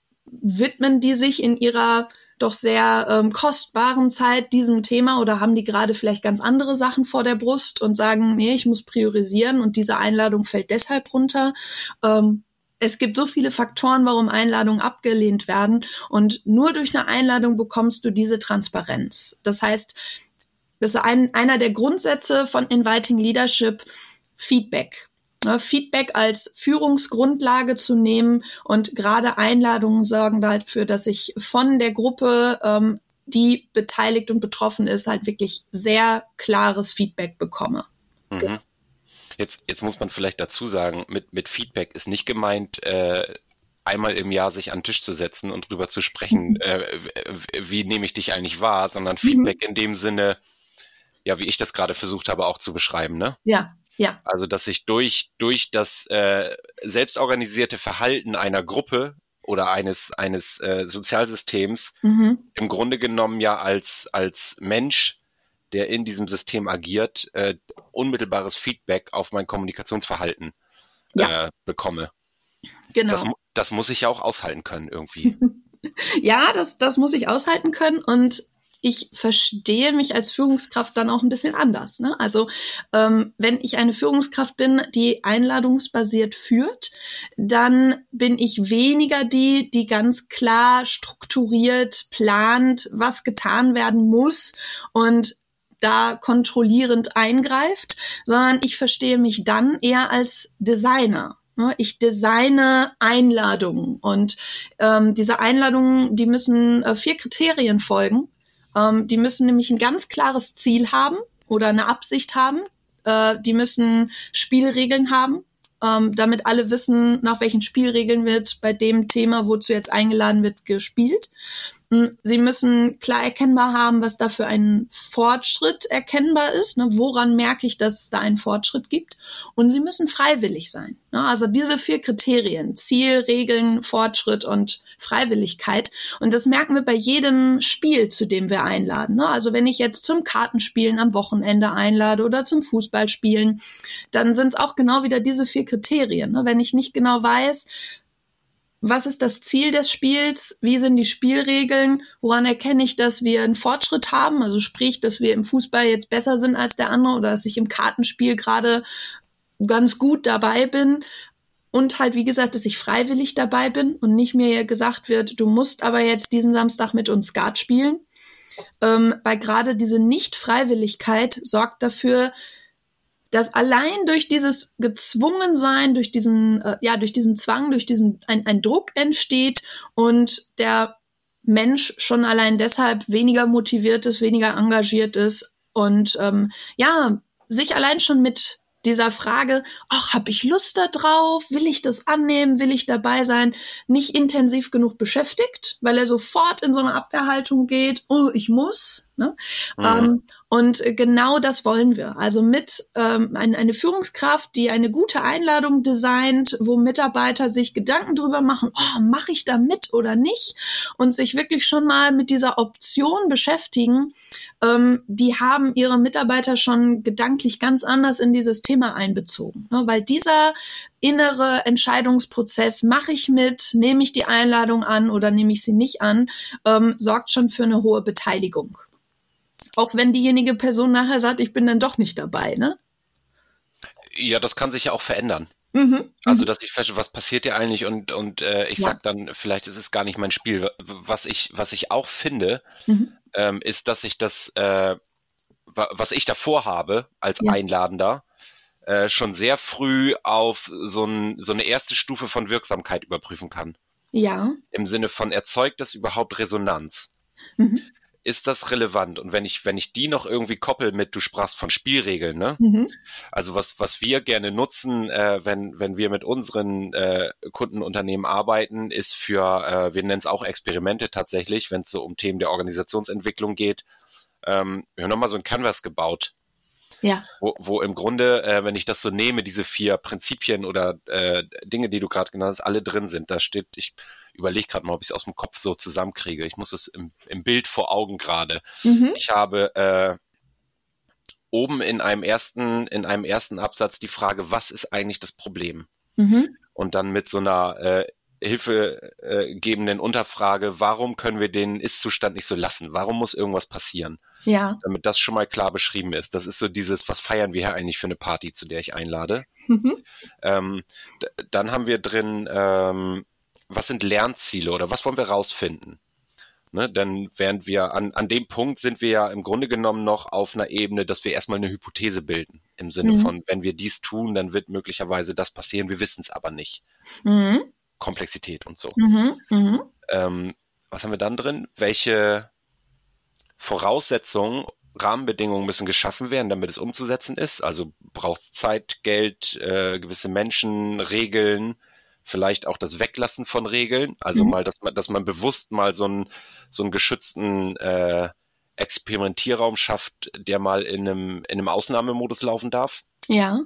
S4: widmen die sich in ihrer doch sehr ähm, kostbaren Zeit diesem Thema oder haben die gerade vielleicht ganz andere Sachen vor der Brust und sagen, nee, ich muss priorisieren und diese Einladung fällt deshalb runter. Ähm, es gibt so viele Faktoren, warum Einladungen abgelehnt werden und nur durch eine Einladung bekommst du diese Transparenz. Das heißt, das ist ein, einer der Grundsätze von Inviting Leadership, Feedback. Feedback als Führungsgrundlage zu nehmen und gerade Einladungen sorgen dafür, dass ich von der Gruppe, ähm, die beteiligt und betroffen ist, halt wirklich sehr klares Feedback bekomme.
S3: Mhm. Jetzt, jetzt muss man vielleicht dazu sagen, mit, mit Feedback ist nicht gemeint, äh, einmal im Jahr sich an den Tisch zu setzen und drüber zu sprechen, mhm. äh, wie nehme ich dich eigentlich wahr, sondern Feedback mhm. in dem Sinne, ja, wie ich das gerade versucht habe auch zu beschreiben, ne?
S4: Ja. Ja.
S3: Also, dass ich durch, durch das äh, selbstorganisierte Verhalten einer Gruppe oder eines, eines äh, Sozialsystems mhm. im Grunde genommen ja als, als Mensch, der in diesem System agiert, äh, unmittelbares Feedback auf mein Kommunikationsverhalten ja. äh, bekomme.
S4: Genau.
S3: Das, das muss ich ja auch aushalten können irgendwie.
S4: Ja, das, das muss ich aushalten können und ich verstehe mich als Führungskraft dann auch ein bisschen anders. Ne? Also ähm, wenn ich eine Führungskraft bin, die einladungsbasiert führt, dann bin ich weniger die, die ganz klar strukturiert plant, was getan werden muss und da kontrollierend eingreift, sondern ich verstehe mich dann eher als Designer. Ich designe Einladungen und ähm, diese Einladungen, die müssen äh, vier Kriterien folgen. Ähm, die müssen nämlich ein ganz klares Ziel haben oder eine Absicht haben. Äh, die müssen Spielregeln haben, ähm, damit alle wissen, nach welchen Spielregeln wird bei dem Thema, wozu jetzt eingeladen wird, gespielt. Sie müssen klar erkennbar haben, was da für ein Fortschritt erkennbar ist. Ne? Woran merke ich, dass es da einen Fortschritt gibt? Und sie müssen freiwillig sein. Ne? Also diese vier Kriterien, Ziel, Regeln, Fortschritt und Freiwilligkeit. Und das merken wir bei jedem Spiel, zu dem wir einladen. Ne? Also wenn ich jetzt zum Kartenspielen am Wochenende einlade oder zum Fußballspielen, dann sind es auch genau wieder diese vier Kriterien. Ne? Wenn ich nicht genau weiß, was ist das Ziel des Spiels? Wie sind die Spielregeln? Woran erkenne ich, dass wir einen Fortschritt haben? Also sprich, dass wir im Fußball jetzt besser sind als der andere oder dass ich im Kartenspiel gerade ganz gut dabei bin. Und halt, wie gesagt, dass ich freiwillig dabei bin und nicht mir gesagt wird, du musst aber jetzt diesen Samstag mit uns Skat spielen. Ähm, weil gerade diese Nicht-Freiwilligkeit sorgt dafür, dass allein durch dieses Gezwungensein, durch diesen, äh, ja, durch diesen Zwang, durch diesen, ein, ein Druck entsteht und der Mensch schon allein deshalb weniger motiviert ist, weniger engagiert ist und, ähm, ja, sich allein schon mit dieser Frage, ach, habe ich Lust da drauf? Will ich das annehmen? Will ich dabei sein? Nicht intensiv genug beschäftigt, weil er sofort in so eine Abwehrhaltung geht, oh, ich muss. Ne? Mhm. Ähm, und genau das wollen wir. Also mit ähm, ein, eine Führungskraft, die eine gute Einladung designt, wo Mitarbeiter sich Gedanken drüber machen, oh, mache ich da mit oder nicht? Und sich wirklich schon mal mit dieser Option beschäftigen, ähm, die haben ihre Mitarbeiter schon gedanklich ganz anders in dieses Thema einbezogen. Ne? Weil dieser innere Entscheidungsprozess, mache ich mit, nehme ich die Einladung an oder nehme ich sie nicht an, ähm, sorgt schon für eine hohe Beteiligung. Auch wenn diejenige Person nachher sagt, ich bin dann doch nicht dabei, ne?
S3: Ja, das kann sich ja auch verändern.
S4: Mhm.
S3: Also, dass ich feststelle, was passiert hier eigentlich und, und äh, ich
S4: Ja.
S3: sag dann, vielleicht ist es gar nicht mein Spiel. Was ich, was ich auch finde,
S4: Mhm.
S3: ähm, ist, dass ich das, äh, wa- was ich davor habe als
S4: Ja.
S3: Einladender, äh, schon sehr früh auf so, ein, so eine erste Stufe von Wirksamkeit überprüfen kann.
S4: Ja.
S3: Im Sinne von, erzeugt das überhaupt Resonanz?
S4: Mhm.
S3: Ist das relevant? Und wenn ich, wenn ich die noch irgendwie koppel mit, du sprachst von Spielregeln, ne?
S4: Mhm.
S3: Also was, was wir gerne nutzen, äh, wenn, wenn wir mit unseren äh, Kundenunternehmen arbeiten, ist für, äh, wir nennen es auch Experimente tatsächlich, wenn es so um Themen der Organisationsentwicklung geht. Ähm, wir haben nochmal so ein Canvas gebaut,
S4: Ja.
S3: wo, wo im Grunde, äh, wenn ich das so nehme, diese vier Prinzipien oder äh, Dinge, die du gerade genannt hast, alle drin sind. Da steht, ich überlege gerade mal, ob ich es aus dem Kopf so zusammenkriege. Ich muss es im, im Bild vor Augen gerade.
S4: Mhm.
S3: Ich habe äh, oben in einem ersten, in einem ersten Absatz die Frage, was ist eigentlich das Problem?
S4: Mhm.
S3: Und dann mit so einer äh, hilfegebenden Unterfrage, warum können wir den Ist-Zustand nicht so lassen? Warum muss irgendwas passieren?
S4: Ja.
S3: Damit das schon mal klar beschrieben ist. Das ist so dieses, was feiern wir hier eigentlich für eine Party, zu der ich einlade?
S4: Mhm.
S3: Ähm, d- dann haben wir drin, ähm, was sind Lernziele oder was wollen wir rausfinden? Ne, denn während wir an, an dem Punkt sind wir ja im Grunde genommen noch auf einer Ebene, dass wir erstmal eine Hypothese bilden. Im Sinne
S4: Mhm.
S3: von, wenn wir dies tun, dann wird möglicherweise das passieren, wir wissen es aber nicht.
S4: Mhm.
S3: Komplexität und so.
S4: Mhm. Mhm.
S3: Ähm, was haben wir dann drin? Welche Voraussetzungen, Rahmenbedingungen müssen geschaffen werden, damit es umzusetzen ist? Also braucht es Zeit, Geld, äh, gewisse Menschen, Regeln, vielleicht auch das Weglassen von Regeln. Also
S4: Mhm.
S3: mal, dass man, dass man bewusst mal so einen, so einen geschützten äh, Experimentierraum schafft, der mal in einem, in einem Ausnahmemodus laufen darf.
S4: Ja.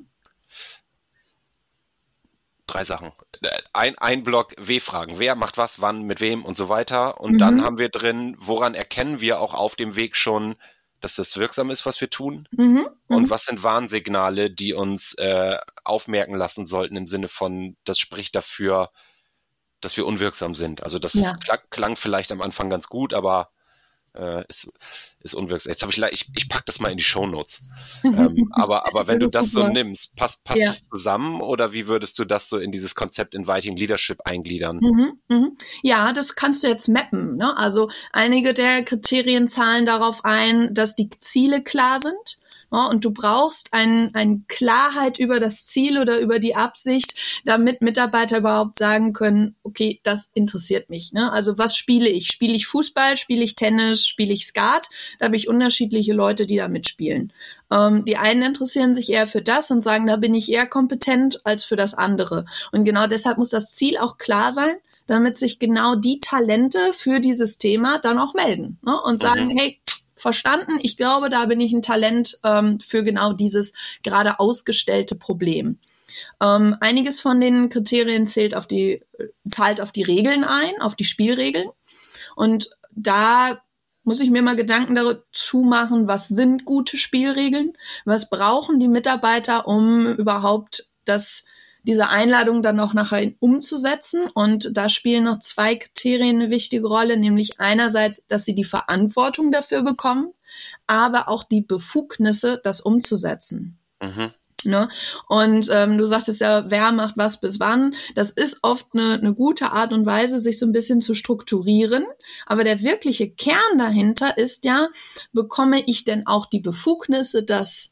S3: Drei Sachen. Ein, ein Block W-Fragen. Wer macht was, wann, mit wem und so weiter. Und
S4: Mhm.
S3: dann haben wir drin, woran erkennen wir auch auf dem Weg schon, dass das wirksam ist, was wir tun?
S4: Mhm.
S3: Und
S4: Mhm.
S3: was sind Warnsignale, die uns äh, aufmerken lassen sollten im Sinne von, das spricht dafür, dass wir unwirksam sind. Also das
S4: Ja.
S3: klang, klang vielleicht am Anfang ganz gut, aber äh, ist, ist unwirksam. Jetzt habe ich, ich, ich pack das mal in die Shownotes. ähm, aber, aber wenn du das so nimmst, passt, passt
S4: ja.
S3: es zusammen oder wie würdest du das so in dieses Konzept Inviting Leadership eingliedern?
S4: Mhm, mhm. Ja, das kannst du jetzt mappen, ne? Also einige der Kriterien zahlen darauf ein, dass die Ziele klar sind. Ja, und du brauchst ein, eine Klarheit über das Ziel oder über die Absicht, damit Mitarbeiter überhaupt sagen können, okay, das interessiert mich. Ne? Also was spiele ich? Spiele ich Fußball? Spiele ich Tennis? Spiele ich Skat? Da habe ich unterschiedliche Leute, die da mitspielen. Ähm, die einen interessieren sich eher für das und sagen, da bin ich eher kompetent als für das andere. Und genau deshalb muss das Ziel auch klar sein, damit sich genau die Talente für dieses Thema dann auch melden, ne? Und sagen, mhm. hey, verstanden, ich glaube, da bin ich ein Talent ähm, für genau dieses gerade ausgestellte Problem. Ähm, einiges von den Kriterien zählt auf die, zahlt auf die Regeln ein, auf die Spielregeln. Und da muss ich mir mal Gedanken dazu machen, was sind gute Spielregeln? Was brauchen die Mitarbeiter, um überhaupt das diese Einladung dann auch nachher umzusetzen. Und da spielen noch zwei Kriterien eine wichtige Rolle, nämlich einerseits, dass sie die Verantwortung dafür bekommen, aber auch die Befugnisse, das umzusetzen. Mhm. Ne? Und ähm, du sagtest ja, wer macht was bis wann. Das ist oft eine, eine gute Art und Weise, sich so ein bisschen zu strukturieren. Aber der wirkliche Kern dahinter ist ja, bekomme ich denn auch die Befugnisse, das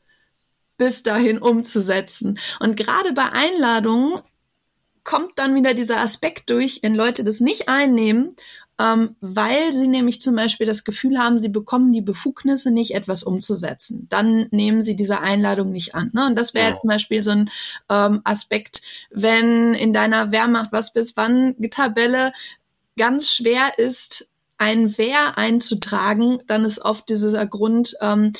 S4: bis dahin umzusetzen. Und gerade bei Einladungen kommt dann wieder dieser Aspekt durch, wenn Leute das nicht einnehmen, ähm, weil sie nämlich zum Beispiel das Gefühl haben, sie bekommen die Befugnisse nicht, etwas umzusetzen. Dann nehmen sie diese Einladung nicht an. Ne? Und das wäre ja. zum Beispiel so ein ähm, Aspekt, wenn in deiner Wer macht was bis wann Tabelle ganz schwer ist, ein Wer einzutragen, dann ist oft dieser Grund, ähm,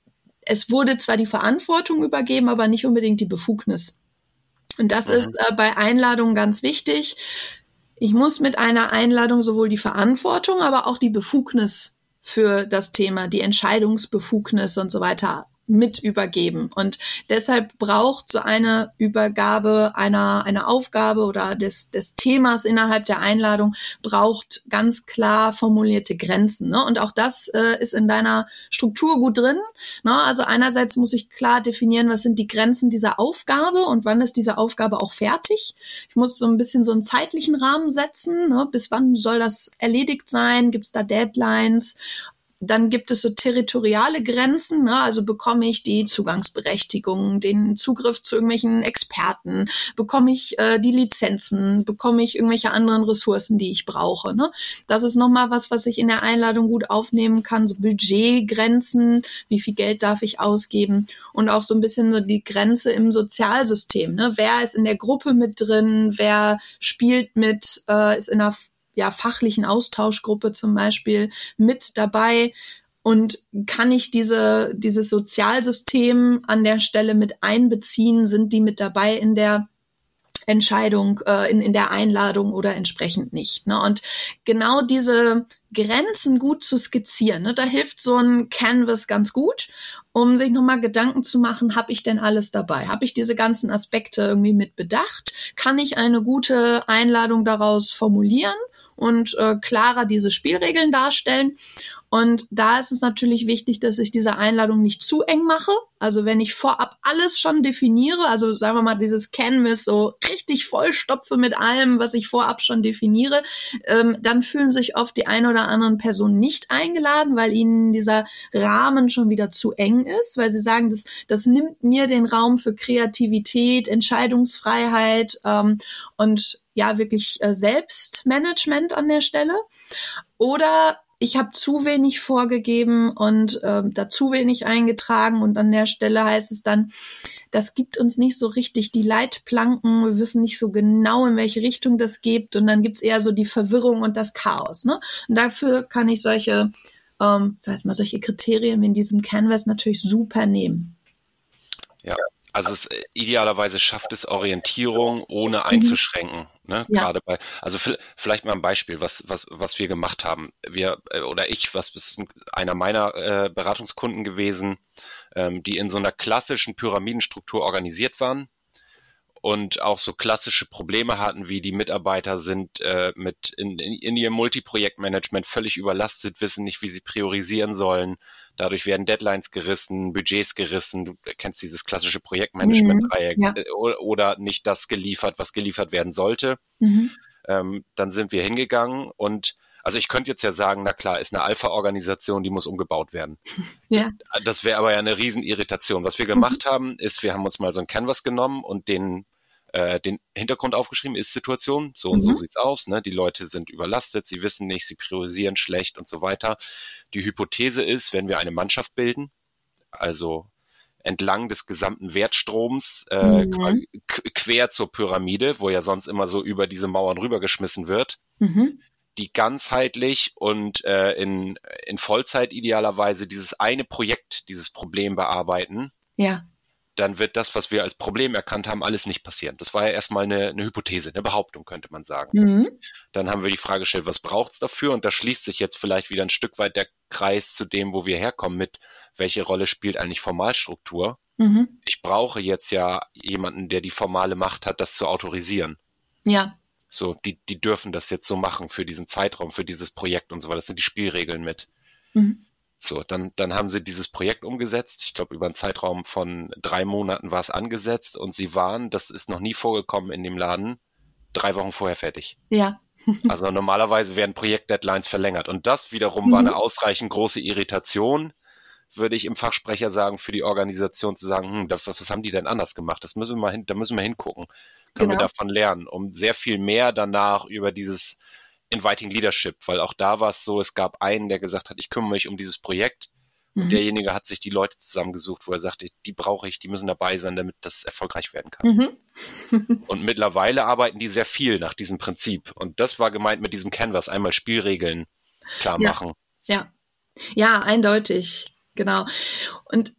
S4: es wurde zwar die Verantwortung übergeben, aber nicht unbedingt die Befugnis. Und das mhm. ist äh, bei Einladungen ganz wichtig. Ich muss mit einer Einladung sowohl die Verantwortung, aber auch die Befugnis für das Thema, die Entscheidungsbefugnis und so weiter mit übergeben. Und deshalb braucht so eine Übergabe einer, einer Aufgabe oder des, des Themas innerhalb der Einladung braucht ganz klar formulierte Grenzen. Ne? Und auch das äh, ist in deiner Struktur gut drin. Ne? Also einerseits muss ich klar definieren, was sind die Grenzen dieser Aufgabe und wann ist diese Aufgabe auch fertig. Ich muss so ein bisschen so einen zeitlichen Rahmen setzen. Ne? Bis wann soll das erledigt sein? Gibt es da Deadlines? Dann gibt es so territoriale Grenzen, ne? Also bekomme ich die Zugangsberechtigung, den Zugriff zu irgendwelchen Experten, bekomme ich äh, die Lizenzen, bekomme ich irgendwelche anderen Ressourcen, die ich brauche. Ne? Das ist nochmal was, was ich in der Einladung gut aufnehmen kann, so Budgetgrenzen, wie viel Geld darf ich ausgeben und auch so ein bisschen so die Grenze im Sozialsystem. Ne? Wer ist in der Gruppe mit drin, wer spielt mit, äh, ist in einer ja, fachlichen Austauschgruppe zum Beispiel mit dabei und kann ich diese, dieses Sozialsystem an der Stelle mit einbeziehen, sind die mit dabei in der Entscheidung, äh, in, in der Einladung oder entsprechend nicht. Ne? Und genau diese Grenzen gut zu skizzieren, ne? Da hilft so ein Canvas ganz gut, um sich nochmal Gedanken zu machen, habe ich denn alles dabei? Habe ich diese ganzen Aspekte irgendwie mit bedacht? Kann ich eine gute Einladung daraus formulieren und äh, klarer diese Spielregeln darstellen? Und da ist es natürlich wichtig, dass ich diese Einladung nicht zu eng mache. Also wenn ich vorab alles schon definiere, also sagen wir mal dieses Canvas so richtig vollstopfe mit allem, was ich vorab schon definiere, ähm, dann fühlen sich oft die ein oder anderen Personen nicht eingeladen, weil ihnen dieser Rahmen schon wieder zu eng ist, weil sie sagen, das, das nimmt mir den Raum für Kreativität, Entscheidungsfreiheit ähm, und ja wirklich äh, Selbstmanagement an der Stelle. Oder ich habe zu wenig vorgegeben und ähm, da zu wenig eingetragen und an der Stelle heißt es dann, das gibt uns nicht so richtig die Leitplanken, wir wissen nicht so genau, in welche Richtung das geht und dann gibt's eher so die Verwirrung und das Chaos. Ne? Und dafür kann ich solche, ähm, das heißt mal solche Kriterien in diesem Canvas natürlich super nehmen.
S3: Ja. Also es idealerweise schafft es Orientierung, ohne einzuschränken. Ne? Ja. Gerade bei, also vielleicht mal ein Beispiel, was was was wir gemacht haben. Wir äh, oder ich, was ist einer meiner äh, Beratungskunden gewesen, ähm, die in so einer klassischen Pyramidenstruktur organisiert waren. und auch so klassische Probleme hatten, wie die Mitarbeiter sind äh, mit in, in, in ihrem Multiprojektmanagement völlig überlastet, wissen nicht, wie sie priorisieren sollen. Dadurch werden Deadlines gerissen, Budgets gerissen. Du kennst dieses klassische Projektmanagement-Dreieck,
S4: Mhm, ja.
S3: äh, oder nicht das geliefert, was geliefert werden sollte.
S4: Mhm.
S3: Ähm, dann sind wir hingegangen und also ich könnte jetzt ja sagen, na klar, ist eine Alpha-Organisation, die muss umgebaut werden.
S4: Ja.
S3: Das wäre aber ja eine Riesenirritation. Was wir gemacht mhm. haben, ist, wir haben uns mal so ein Canvas genommen und den, äh, den Hintergrund aufgeschrieben, Ist-Situation, so und mhm. so sieht's aus. Ne? Die Leute sind überlastet, sie wissen nicht, sie priorisieren schlecht und so weiter. Die Hypothese ist, wenn wir eine Mannschaft bilden, also entlang des gesamten Wertstroms, äh, mhm. quer zur Pyramide, wo ja sonst immer so über diese Mauern rübergeschmissen wird, mhm. die ganzheitlich und äh, in, in Vollzeit idealerweise dieses eine Projekt, dieses Problem bearbeiten,
S4: ja.
S3: dann wird das, was wir als Problem erkannt haben, alles nicht passieren. Das war ja erstmal eine, eine Hypothese, eine Behauptung, könnte man sagen. Mhm. Dann haben wir die Frage gestellt, was braucht's dafür? Und da schließt sich jetzt vielleicht wieder ein Stück weit der Kreis zu dem, wo wir herkommen mit, welche Rolle spielt eigentlich Formalstruktur? Mhm. Ich brauche jetzt ja jemanden, der die formale Macht hat, das zu autorisieren.
S4: Ja.
S3: So, die, die dürfen das jetzt so machen für diesen Zeitraum, für dieses Projekt und so weiter. Das sind die Spielregeln mit. Mhm. So, dann, dann haben sie dieses Projekt umgesetzt. Ich glaube, über einen Zeitraum von drei Monaten war es angesetzt und sie waren, das ist noch nie vorgekommen in dem Laden, drei Wochen vorher fertig.
S4: Ja.
S3: Also normalerweise werden Projektdeadlines verlängert und das wiederum mhm. war eine ausreichend große Irritation, würde ich im Fachsprecher sagen, für die Organisation zu sagen, hm, das, was haben die denn anders gemacht? Das müssen wir mal hin, da müssen wir hingucken. Können genau. wir davon lernen, um sehr viel mehr danach über dieses Inviting Leadership, weil auch da war es so, es gab einen, der gesagt hat, ich kümmere mich um dieses Projekt mhm. und derjenige hat sich die Leute zusammengesucht, wo er sagte, die brauche ich, die müssen dabei sein, damit das erfolgreich werden kann. Mhm. Und mittlerweile arbeiten die sehr viel nach diesem Prinzip und das war gemeint mit diesem Canvas, einmal Spielregeln klar
S4: ja.
S3: machen.
S4: Ja, ja, eindeutig, genau. Und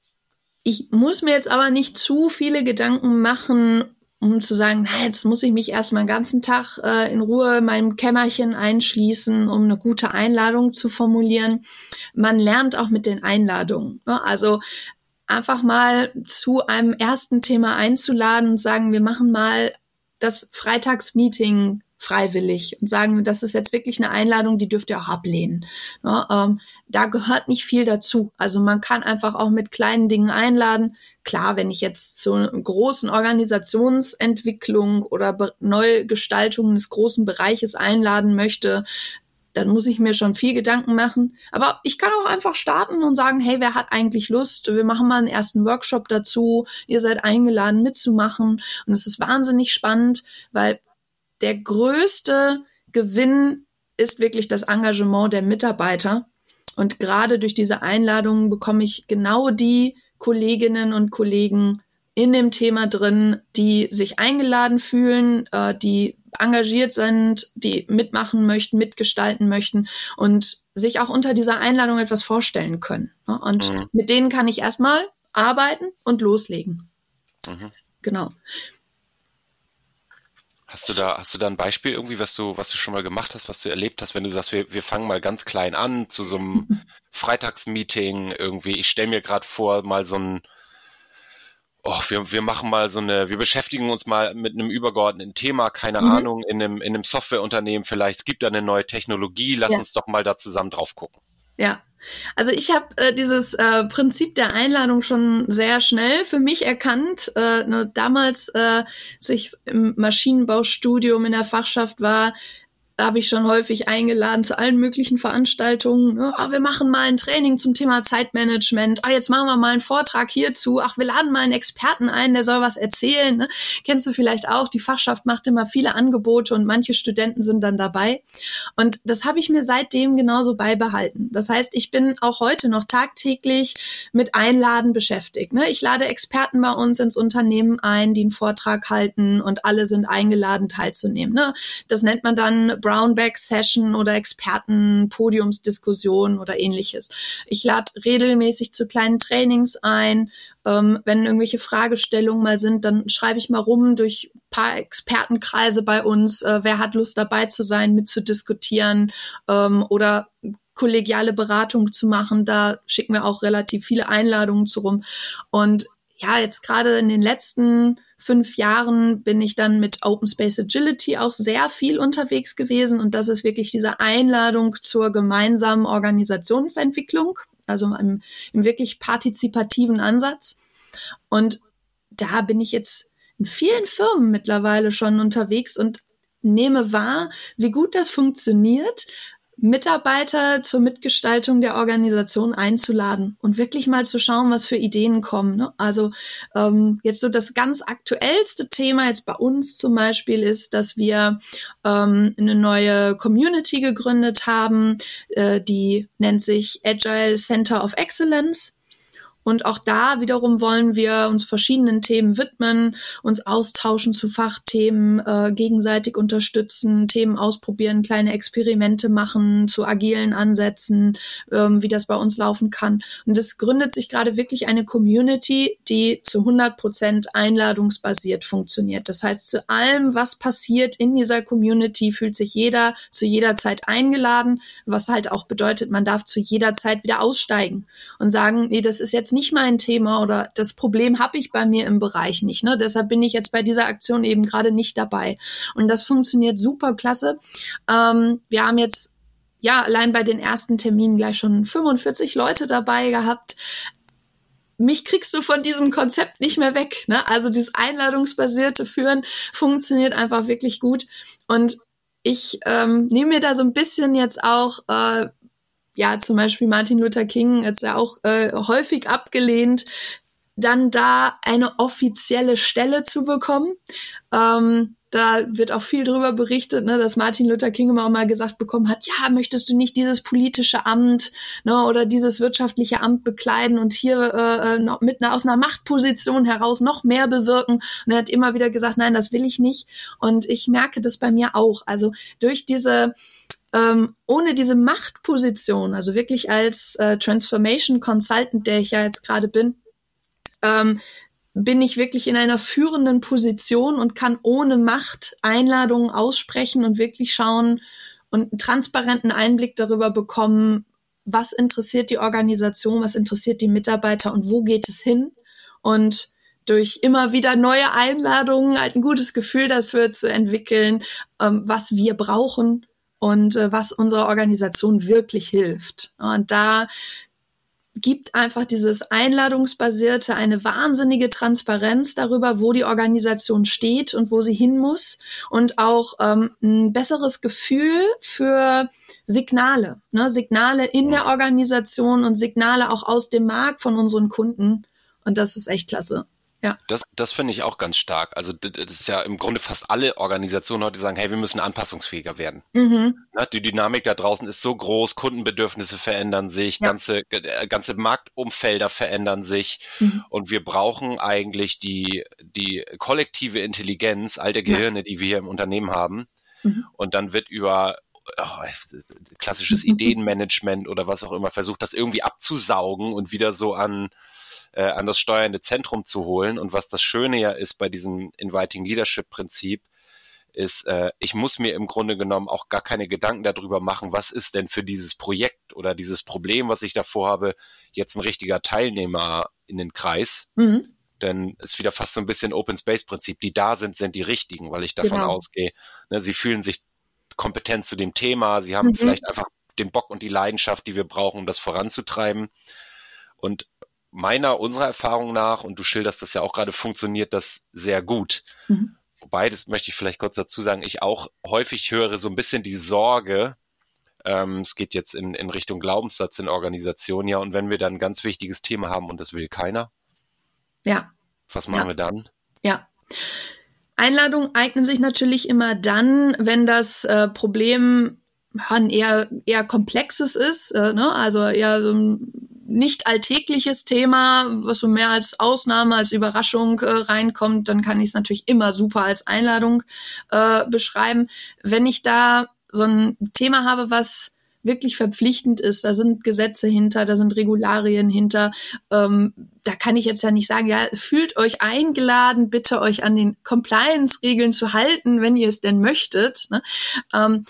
S4: ich muss mir jetzt aber nicht zu viele Gedanken machen, um zu sagen, na, jetzt muss ich mich erstmal den ganzen Tag äh, in Ruhe in meinem Kämmerchen einschließen, um eine gute Einladung zu formulieren. Man lernt auch mit den Einladungen. Ne? Also einfach mal zu einem ersten Thema einzuladen und sagen, wir machen mal das Freitagsmeeting freiwillig und sagen, das ist jetzt wirklich eine Einladung, die dürft ihr auch ablehnen. Ja, ähm, da gehört nicht viel dazu. Also man kann einfach auch mit kleinen Dingen einladen. Klar, wenn ich jetzt zu einer großen Organisationsentwicklung oder Be- Neugestaltung des großen Bereiches einladen möchte, dann muss ich mir schon viel Gedanken machen. Aber ich kann auch einfach starten und sagen, hey, wer hat eigentlich Lust? Wir machen mal einen ersten Workshop dazu. Ihr seid eingeladen mitzumachen. Und es ist wahnsinnig spannend, weil der größte Gewinn ist wirklich das Engagement der Mitarbeiter. Und gerade durch diese Einladungen bekomme ich genau die Kolleginnen und Kollegen in dem Thema drin, die sich eingeladen fühlen, äh, die engagiert sind, die mitmachen möchten, mitgestalten möchten und sich auch unter dieser Einladung etwas vorstellen können. Und mhm. mit denen kann ich erstmal arbeiten und loslegen. Mhm. Genau.
S3: Hast du da, hast du da ein Beispiel irgendwie, was du, was du schon mal gemacht hast, was du erlebt hast, wenn du sagst, wir, wir fangen mal ganz klein an zu so einem Freitagsmeeting irgendwie. Ich stelle mir gerade vor, mal so ein, oh, wir, wir machen mal so eine, wir beschäftigen uns mal mit einem übergeordneten Thema, keine mhm. Ahnung, in einem, in einem Softwareunternehmen vielleicht, es gibt da eine neue Technologie, lass ja. uns doch mal da zusammen drauf gucken.
S4: Ja, also ich habe äh, dieses äh, Prinzip der Einladung schon sehr schnell für mich erkannt. Äh, ne, damals, äh, als ich im Maschinenbaustudium in der Fachschaft war, habe ich schon häufig eingeladen zu allen möglichen Veranstaltungen. Ne? Ah, wir machen mal ein Training zum Thema Zeitmanagement. Ah, jetzt machen wir mal einen Vortrag hierzu. Ach, wir laden mal einen Experten ein, der soll was erzählen. Ne? Kennst du vielleicht auch, die Fachschaft macht immer viele Angebote und manche Studenten sind dann dabei. Und das habe ich mir seitdem genauso beibehalten. Das heißt, ich bin auch heute noch tagtäglich mit Einladen beschäftigt. Ne? Ich lade Experten bei uns ins Unternehmen ein, die einen Vortrag halten und alle sind eingeladen, teilzunehmen. Ne? Das nennt man dann Brownback-Session oder Experten-Podiumsdiskussion oder ähnliches. Ich lade regelmäßig zu kleinen Trainings ein. Ähm, wenn irgendwelche Fragestellungen mal sind, dann schreibe ich mal rum durch ein paar Expertenkreise bei uns. Äh, wer hat Lust dabei zu sein, mitzudiskutieren ähm, oder kollegiale Beratung zu machen? Da schicken wir auch relativ viele Einladungen zu rum. Und ja, jetzt gerade in den letzten fünf Jahren bin ich dann mit Open Space Agility auch sehr viel unterwegs gewesen. Und das ist wirklich diese Einladung zur gemeinsamen Organisationsentwicklung, also im, im wirklich partizipativen Ansatz. Und da bin ich jetzt in vielen Firmen mittlerweile schon unterwegs und nehme wahr, wie gut das funktioniert, Mitarbeiter zur Mitgestaltung der Organisation einzuladen und wirklich mal zu schauen, was für Ideen kommen. Ne? Also ähm, jetzt so das ganz aktuellste Thema jetzt bei uns zum Beispiel ist, dass wir ähm, eine neue Community gegründet haben, äh, die nennt sich Agile Center of Excellence. Und auch da wiederum wollen wir uns verschiedenen Themen widmen, uns austauschen zu Fachthemen, äh, gegenseitig unterstützen, Themen ausprobieren, kleine Experimente machen zu agilen Ansätzen, ähm, wie das bei uns laufen kann. Und es gründet sich gerade wirklich eine Community, die zu hundert Prozent einladungsbasiert funktioniert. Das heißt, zu allem, was passiert in dieser Community, fühlt sich jeder zu jeder Zeit eingeladen, was halt auch bedeutet, man darf zu jeder Zeit wieder aussteigen und sagen, nee, das ist jetzt nicht mein Thema oder das Problem habe ich bei mir im Bereich nicht. Ne? Deshalb bin ich jetzt bei dieser Aktion eben gerade nicht dabei. Und das funktioniert super klasse. Ähm, wir haben jetzt ja allein bei den ersten Terminen gleich schon fünfundvierzig Leute dabei gehabt. Mich kriegst du von diesem Konzept nicht mehr weg. Ne? Also dieses einladungsbasierte Führen funktioniert einfach wirklich gut. Und ich ähm, nehme mir da so ein bisschen jetzt auch äh, ja, zum Beispiel Martin Luther King hat es ja auch äh, häufig abgelehnt, dann da eine offizielle Stelle zu bekommen. Ähm, da wird auch viel drüber berichtet, ne, dass Martin Luther King immer auch mal gesagt bekommen hat, ja, möchtest du nicht dieses politische Amt, ne, oder dieses wirtschaftliche Amt bekleiden und hier äh, noch mit einer, aus einer Machtposition heraus noch mehr bewirken? Und er hat immer wieder gesagt, nein, das will ich nicht. Und ich merke das bei mir auch. Also durch diese Ähm, ohne diese Machtposition, also wirklich als äh, Transformation Consultant, der ich ja jetzt gerade bin, ähm, bin ich wirklich in einer führenden Position und kann ohne Macht Einladungen aussprechen und wirklich schauen und einen transparenten Einblick darüber bekommen, was interessiert die Organisation, was interessiert die Mitarbeiter und wo geht es hin. Und durch immer wieder neue Einladungen halt ein gutes Gefühl dafür zu entwickeln, ähm, was wir brauchen und äh, was unserer Organisation wirklich hilft. Und da gibt einfach dieses Einladungsbasierte eine wahnsinnige Transparenz darüber, wo die Organisation steht und wo sie hin muss und auch ähm, ein besseres Gefühl für Signale, ne? Signale in der Organisation und Signale auch aus dem Markt von unseren Kunden. Und das ist echt klasse. Ja.
S3: Das, das finde ich auch ganz stark. Also das ist ja im Grunde fast alle Organisationen heute, die sagen, hey, wir müssen anpassungsfähiger werden. Mhm. Die Dynamik da draußen ist so groß, Kundenbedürfnisse verändern sich, ja. ganze, ganze Marktumfelder verändern sich mhm. und wir brauchen eigentlich die, die kollektive Intelligenz all der Gehirne, ja. die wir hier im Unternehmen haben. Mhm. Und dann wird über oh, klassisches mhm. Ideenmanagement oder was auch immer versucht, das irgendwie abzusaugen und wieder so an Äh, an das steuernde Zentrum zu holen. Und was das Schöne ja ist bei diesem Inviting Leadership Prinzip, ist, äh, ich muss mir im Grunde genommen auch gar keine Gedanken darüber machen, was ist denn für dieses Projekt oder dieses Problem, was ich davor habe, jetzt ein richtiger Teilnehmer in den Kreis. Mhm. Denn es ist wieder fast so ein bisschen Open Space Prinzip. Die da sind, sind die richtigen, weil ich davon genau. ausgehe, ne, sie fühlen sich kompetent zu dem Thema, sie haben mhm. vielleicht einfach den Bock und die Leidenschaft, die wir brauchen, um das voranzutreiben. Und meiner, unserer Erfahrung nach, und du schilderst das ja auch gerade, funktioniert das sehr gut. Mhm. Wobei, das möchte ich vielleicht kurz dazu sagen, ich auch häufig höre so ein bisschen die Sorge, ähm, es geht jetzt in, in Richtung Glaubenssatz in Organisationen, ja, und wenn wir dann ein ganz wichtiges Thema haben und das will keiner,
S4: ja.
S3: was machen
S4: ja.
S3: wir dann?
S4: Ja. Einladungen eignen sich natürlich immer dann, wenn das äh, Problem ein eher, eher komplexes ist, äh, ne? Also eher so ein nicht alltägliches Thema, was so mehr als Ausnahme, als Überraschung äh, reinkommt, dann kann ich es natürlich immer super als Einladung äh, beschreiben. Wenn ich da so ein Thema habe, was wirklich verpflichtend ist, da sind Gesetze hinter, da sind Regularien hinter, ähm, da kann ich jetzt ja nicht sagen, ja, fühlt euch eingeladen, bitte euch an den Compliance-Regeln zu halten, wenn ihr es denn möchtet. Ne? Ähm,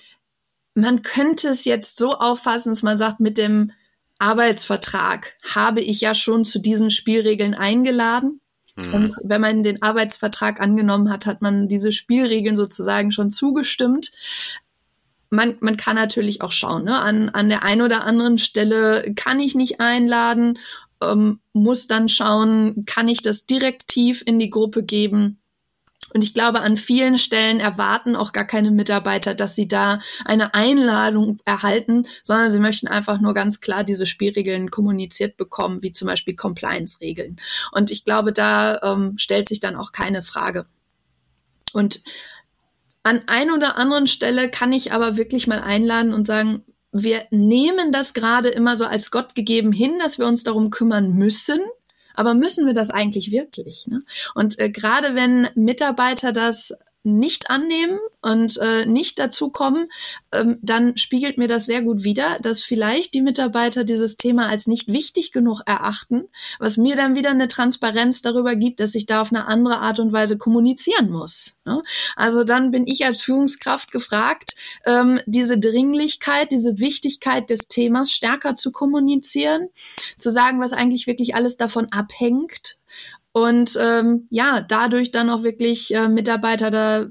S4: man könnte es jetzt so auffassen, dass man sagt, mit dem Arbeitsvertrag habe ich ja schon zu diesen Spielregeln eingeladen. Mhm. Und wenn man den Arbeitsvertrag angenommen hat, hat man diese Spielregeln sozusagen schon zugestimmt. Man, man kann natürlich auch schauen, ne? An, an der einen oder anderen Stelle kann ich nicht einladen, ähm, muss dann schauen, kann ich das direktiv in die Gruppe geben? Und ich glaube, an vielen Stellen erwarten auch gar keine Mitarbeiter, dass sie da eine Einladung erhalten, sondern sie möchten einfach nur ganz klar diese Spielregeln kommuniziert bekommen, wie zum Beispiel Compliance-Regeln. Und ich glaube, da ähm, stellt sich dann auch keine Frage. Und an ein oder anderen Stelle kann ich aber wirklich mal einladen und sagen, wir nehmen das gerade immer so als Gott gegeben hin, dass wir uns darum kümmern müssen. Aber müssen wir das eigentlich wirklich? Ne? Und äh, gerade wenn Mitarbeiter das nicht annehmen und äh, nicht dazu kommen, ähm, dann spiegelt mir das sehr gut wider, dass vielleicht die Mitarbeiter dieses Thema als nicht wichtig genug erachten, was mir dann wieder eine Transparenz darüber gibt, dass ich da auf eine andere Art und Weise kommunizieren muss. Ne? Also dann bin ich als Führungskraft gefragt, ähm, diese Dringlichkeit, diese Wichtigkeit des Themas stärker zu kommunizieren, zu sagen, was eigentlich wirklich alles davon abhängt. Und ähm, ja, dadurch dann auch wirklich äh, Mitarbeiter da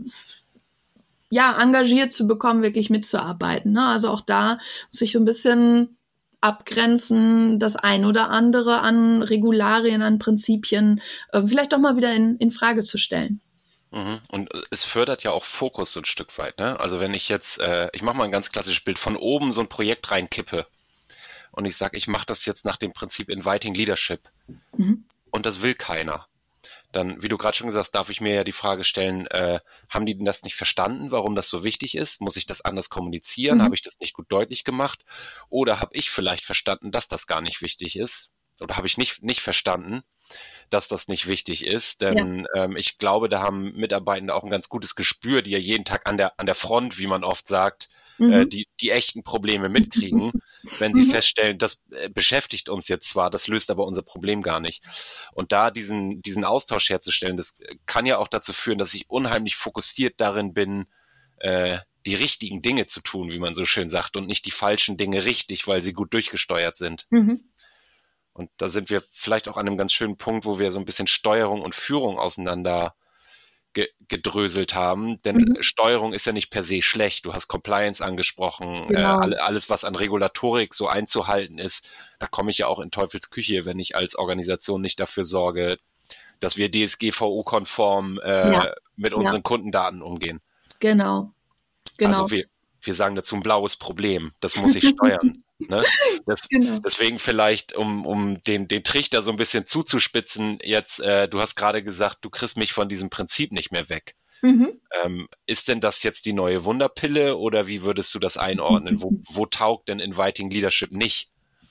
S4: ja engagiert zu bekommen, wirklich mitzuarbeiten. Ne? Also auch da muss ich so ein bisschen abgrenzen, das ein oder andere an Regularien, an Prinzipien äh, vielleicht doch mal wieder in, in Frage zu stellen.
S3: Und es fördert ja auch Fokus so ein Stück weit. Ne? Also wenn ich jetzt, äh, ich mache mal ein ganz klassisches Bild, von oben so ein Projekt reinkippe und ich sage, ich mache das jetzt nach dem Prinzip Inviting Leadership. Mhm. Und das will keiner. Dann, wie du gerade schon gesagt hast, darf ich mir ja die Frage stellen, äh, haben die denn das nicht verstanden, warum das so wichtig ist? Muss ich das anders kommunizieren? Mhm. Habe ich das nicht gut deutlich gemacht? Oder habe ich vielleicht verstanden, dass das gar nicht wichtig ist? Oder habe ich nicht, nicht verstanden, dass das nicht wichtig ist? Denn ja. ähm, ich glaube, da haben Mitarbeitende auch ein ganz gutes Gespür, die ja jeden Tag an der, an der Front, wie man oft sagt, mhm. äh, die, die echten Probleme mitkriegen, wenn sie mhm. feststellen, das äh, beschäftigt uns jetzt zwar, das löst aber unser Problem gar nicht. Und da diesen, diesen Austausch herzustellen, das kann ja auch dazu führen, dass ich unheimlich fokussiert darin bin, äh, die richtigen Dinge zu tun, wie man so schön sagt, und nicht die falschen Dinge richtig, weil sie gut durchgesteuert sind. Mhm. Und da sind wir vielleicht auch an einem ganz schönen Punkt, wo wir so ein bisschen Steuerung und Führung auseinander ge- gedröselt haben. Denn mhm. Steuerung ist ja nicht per se schlecht. Du hast Compliance angesprochen, genau. äh, alles, was an Regulatorik so einzuhalten ist. Da komme ich ja auch in Teufels Küche, wenn ich als Organisation nicht dafür sorge, dass wir D S G V O-konform äh, ja. mit unseren ja. Kundendaten umgehen.
S4: Genau. genau.
S3: Also wir, wir sagen dazu ein blaues Problem. Das muss ich steuern. Ne? Das, genau. Deswegen vielleicht, um, um den, den Trichter so ein bisschen zuzuspitzen, jetzt, äh, du hast gerade gesagt, du kriegst mich von diesem Prinzip nicht mehr weg. Mhm. Ähm, ist denn das jetzt die neue Wunderpille oder wie würdest du das einordnen? Wo, wo taugt denn Inviting Leadership nicht?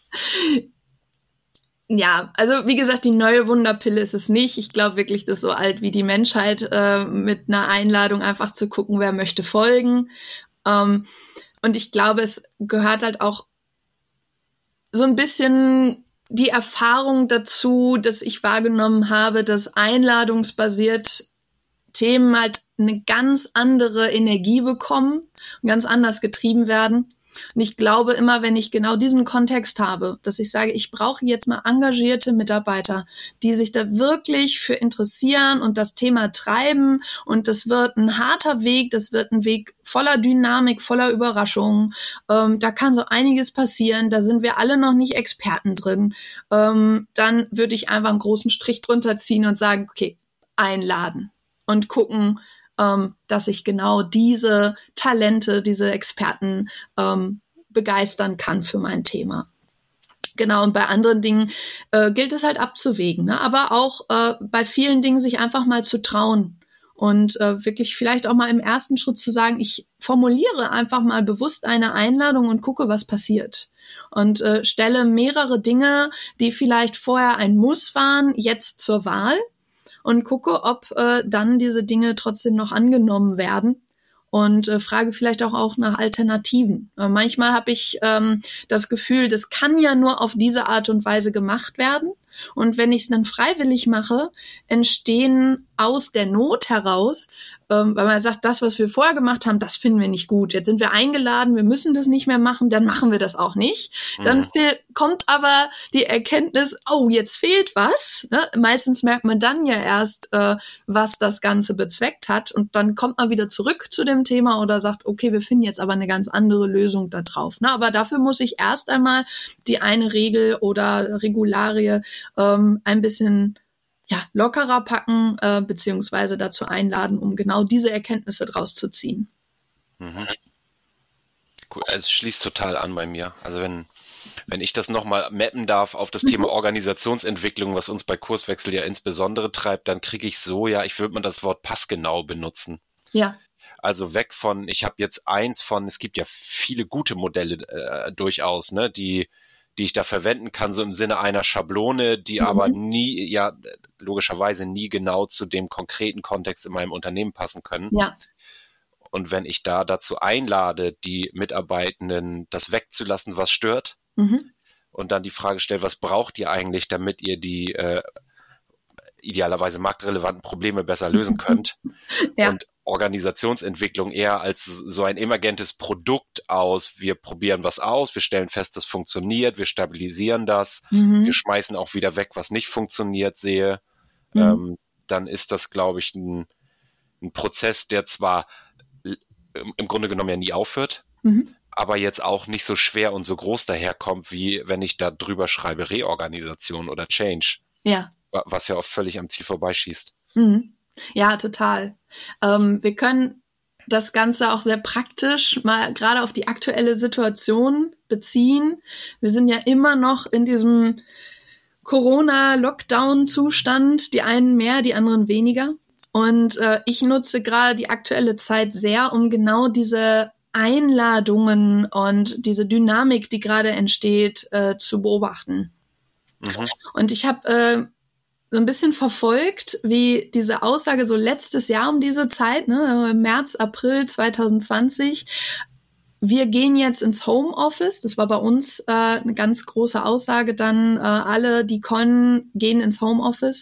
S4: Ja, also wie gesagt, die neue Wunderpille ist es nicht. Ich glaube wirklich, das ist so alt wie die Menschheit, äh, mit einer Einladung einfach zu gucken, wer möchte folgen. Ähm, und ich glaube, es gehört halt auch so ein bisschen die Erfahrung dazu, dass ich wahrgenommen habe, dass einladungsbasiert Themen halt eine ganz andere Energie bekommen und ganz anders getrieben werden. Und ich glaube immer, wenn ich genau diesen Kontext habe, dass ich sage, ich brauche jetzt mal engagierte Mitarbeiter, die sich da wirklich für interessieren und das Thema treiben. Und das wird ein harter Weg, das wird ein Weg voller Dynamik, voller Überraschungen. Ähm, da kann so einiges passieren, da sind wir alle noch nicht Experten drin. Ähm, dann würde ich einfach einen großen Strich drunter ziehen und sagen, okay, einladen und gucken, ähm, dass ich genau diese Talente, diese Experten ähm, begeistern kann für mein Thema. Genau, und bei anderen Dingen äh, gilt es halt abzuwägen, ne? Aber auch äh, bei vielen Dingen sich einfach mal zu trauen und äh, wirklich vielleicht auch mal im ersten Schritt zu sagen, ich formuliere einfach mal bewusst eine Einladung und gucke, was passiert. Und äh, stelle mehrere Dinge, die vielleicht vorher ein Muss waren, jetzt zur Wahl. Und gucke, ob äh, dann diese Dinge trotzdem noch angenommen werden und äh, frage vielleicht auch, auch nach Alternativen. Äh, manchmal habe ich ähm, das Gefühl, das kann ja nur auf diese Art und Weise gemacht werden. Und wenn ich es dann freiwillig mache, entstehen aus der Not heraus ähm, weil man sagt, das, was wir vorher gemacht haben, das finden wir nicht gut. Jetzt sind wir eingeladen, wir müssen das nicht mehr machen, dann machen wir das auch nicht. Mhm. Dann fehl, kommt aber die Erkenntnis, oh, jetzt fehlt was. Ne? Meistens merkt man dann ja erst, äh, was das Ganze bezweckt hat. Und dann kommt man wieder zurück zu dem Thema oder sagt, okay, wir finden jetzt aber eine ganz andere Lösung da drauf. Ne? Aber dafür muss ich erst einmal die eine Regel oder Regularie ähm, ein bisschen ja, lockerer packen, äh, beziehungsweise dazu einladen, um genau diese Erkenntnisse draus zu ziehen.
S3: Mhm. Cool, es schließt total an bei mir. Also wenn, wenn ich das nochmal mappen darf auf das mhm. Thema Organisationsentwicklung, was uns bei Kurswechsel ja insbesondere treibt, dann kriege ich so, ja, ich würde mal das Wort passgenau benutzen.
S4: Ja.
S3: Also weg von, ich habe jetzt eins von, es gibt ja viele gute Modelle äh, durchaus, ne, die die ich da verwenden kann, so im Sinne einer Schablone, die mhm. aber nie, ja, logischerweise nie genau zu dem konkreten Kontext in meinem Unternehmen passen können.
S4: Ja.
S3: Und wenn ich da dazu einlade, die Mitarbeitenden das wegzulassen, was stört,
S4: mhm.
S3: und dann die Frage stellt, was braucht ihr eigentlich, damit ihr die äh, idealerweise marktrelevanten Probleme besser lösen könnt,
S4: ja.
S3: und Organisationsentwicklung eher als so ein emergentes Produkt aus, wir probieren was aus, wir stellen fest, das funktioniert, wir stabilisieren das, mhm. wir schmeißen auch wieder weg, was nicht funktioniert, sehe, mhm. ähm, dann ist das, glaube ich, ein, ein Prozess, der zwar im Grunde genommen ja nie aufhört, mhm. aber jetzt auch nicht so schwer und so groß daherkommt, wie wenn ich da drüber schreibe Reorganisation oder Change,
S4: ja.
S3: was ja oft völlig am Ziel vorbeischießt.
S4: Mhm. Ja, total. Ähm, wir können das Ganze auch sehr praktisch mal gerade auf die aktuelle Situation beziehen. Wir sind ja immer noch in diesem Corona-Lockdown-Zustand, die einen mehr, die anderen weniger. Und äh, ich nutze gerade die aktuelle Zeit sehr, um genau diese Einladungen und diese Dynamik, die gerade entsteht, äh, zu beobachten. Mhm. Und ich habe äh, so ein bisschen verfolgt, wie diese Aussage so letztes Jahr um diese Zeit, ne, März, April zwanzig zwanzig, wir gehen jetzt ins Homeoffice. Das war bei uns äh, eine ganz große Aussage dann, äh, alle, die können, gehen ins Homeoffice.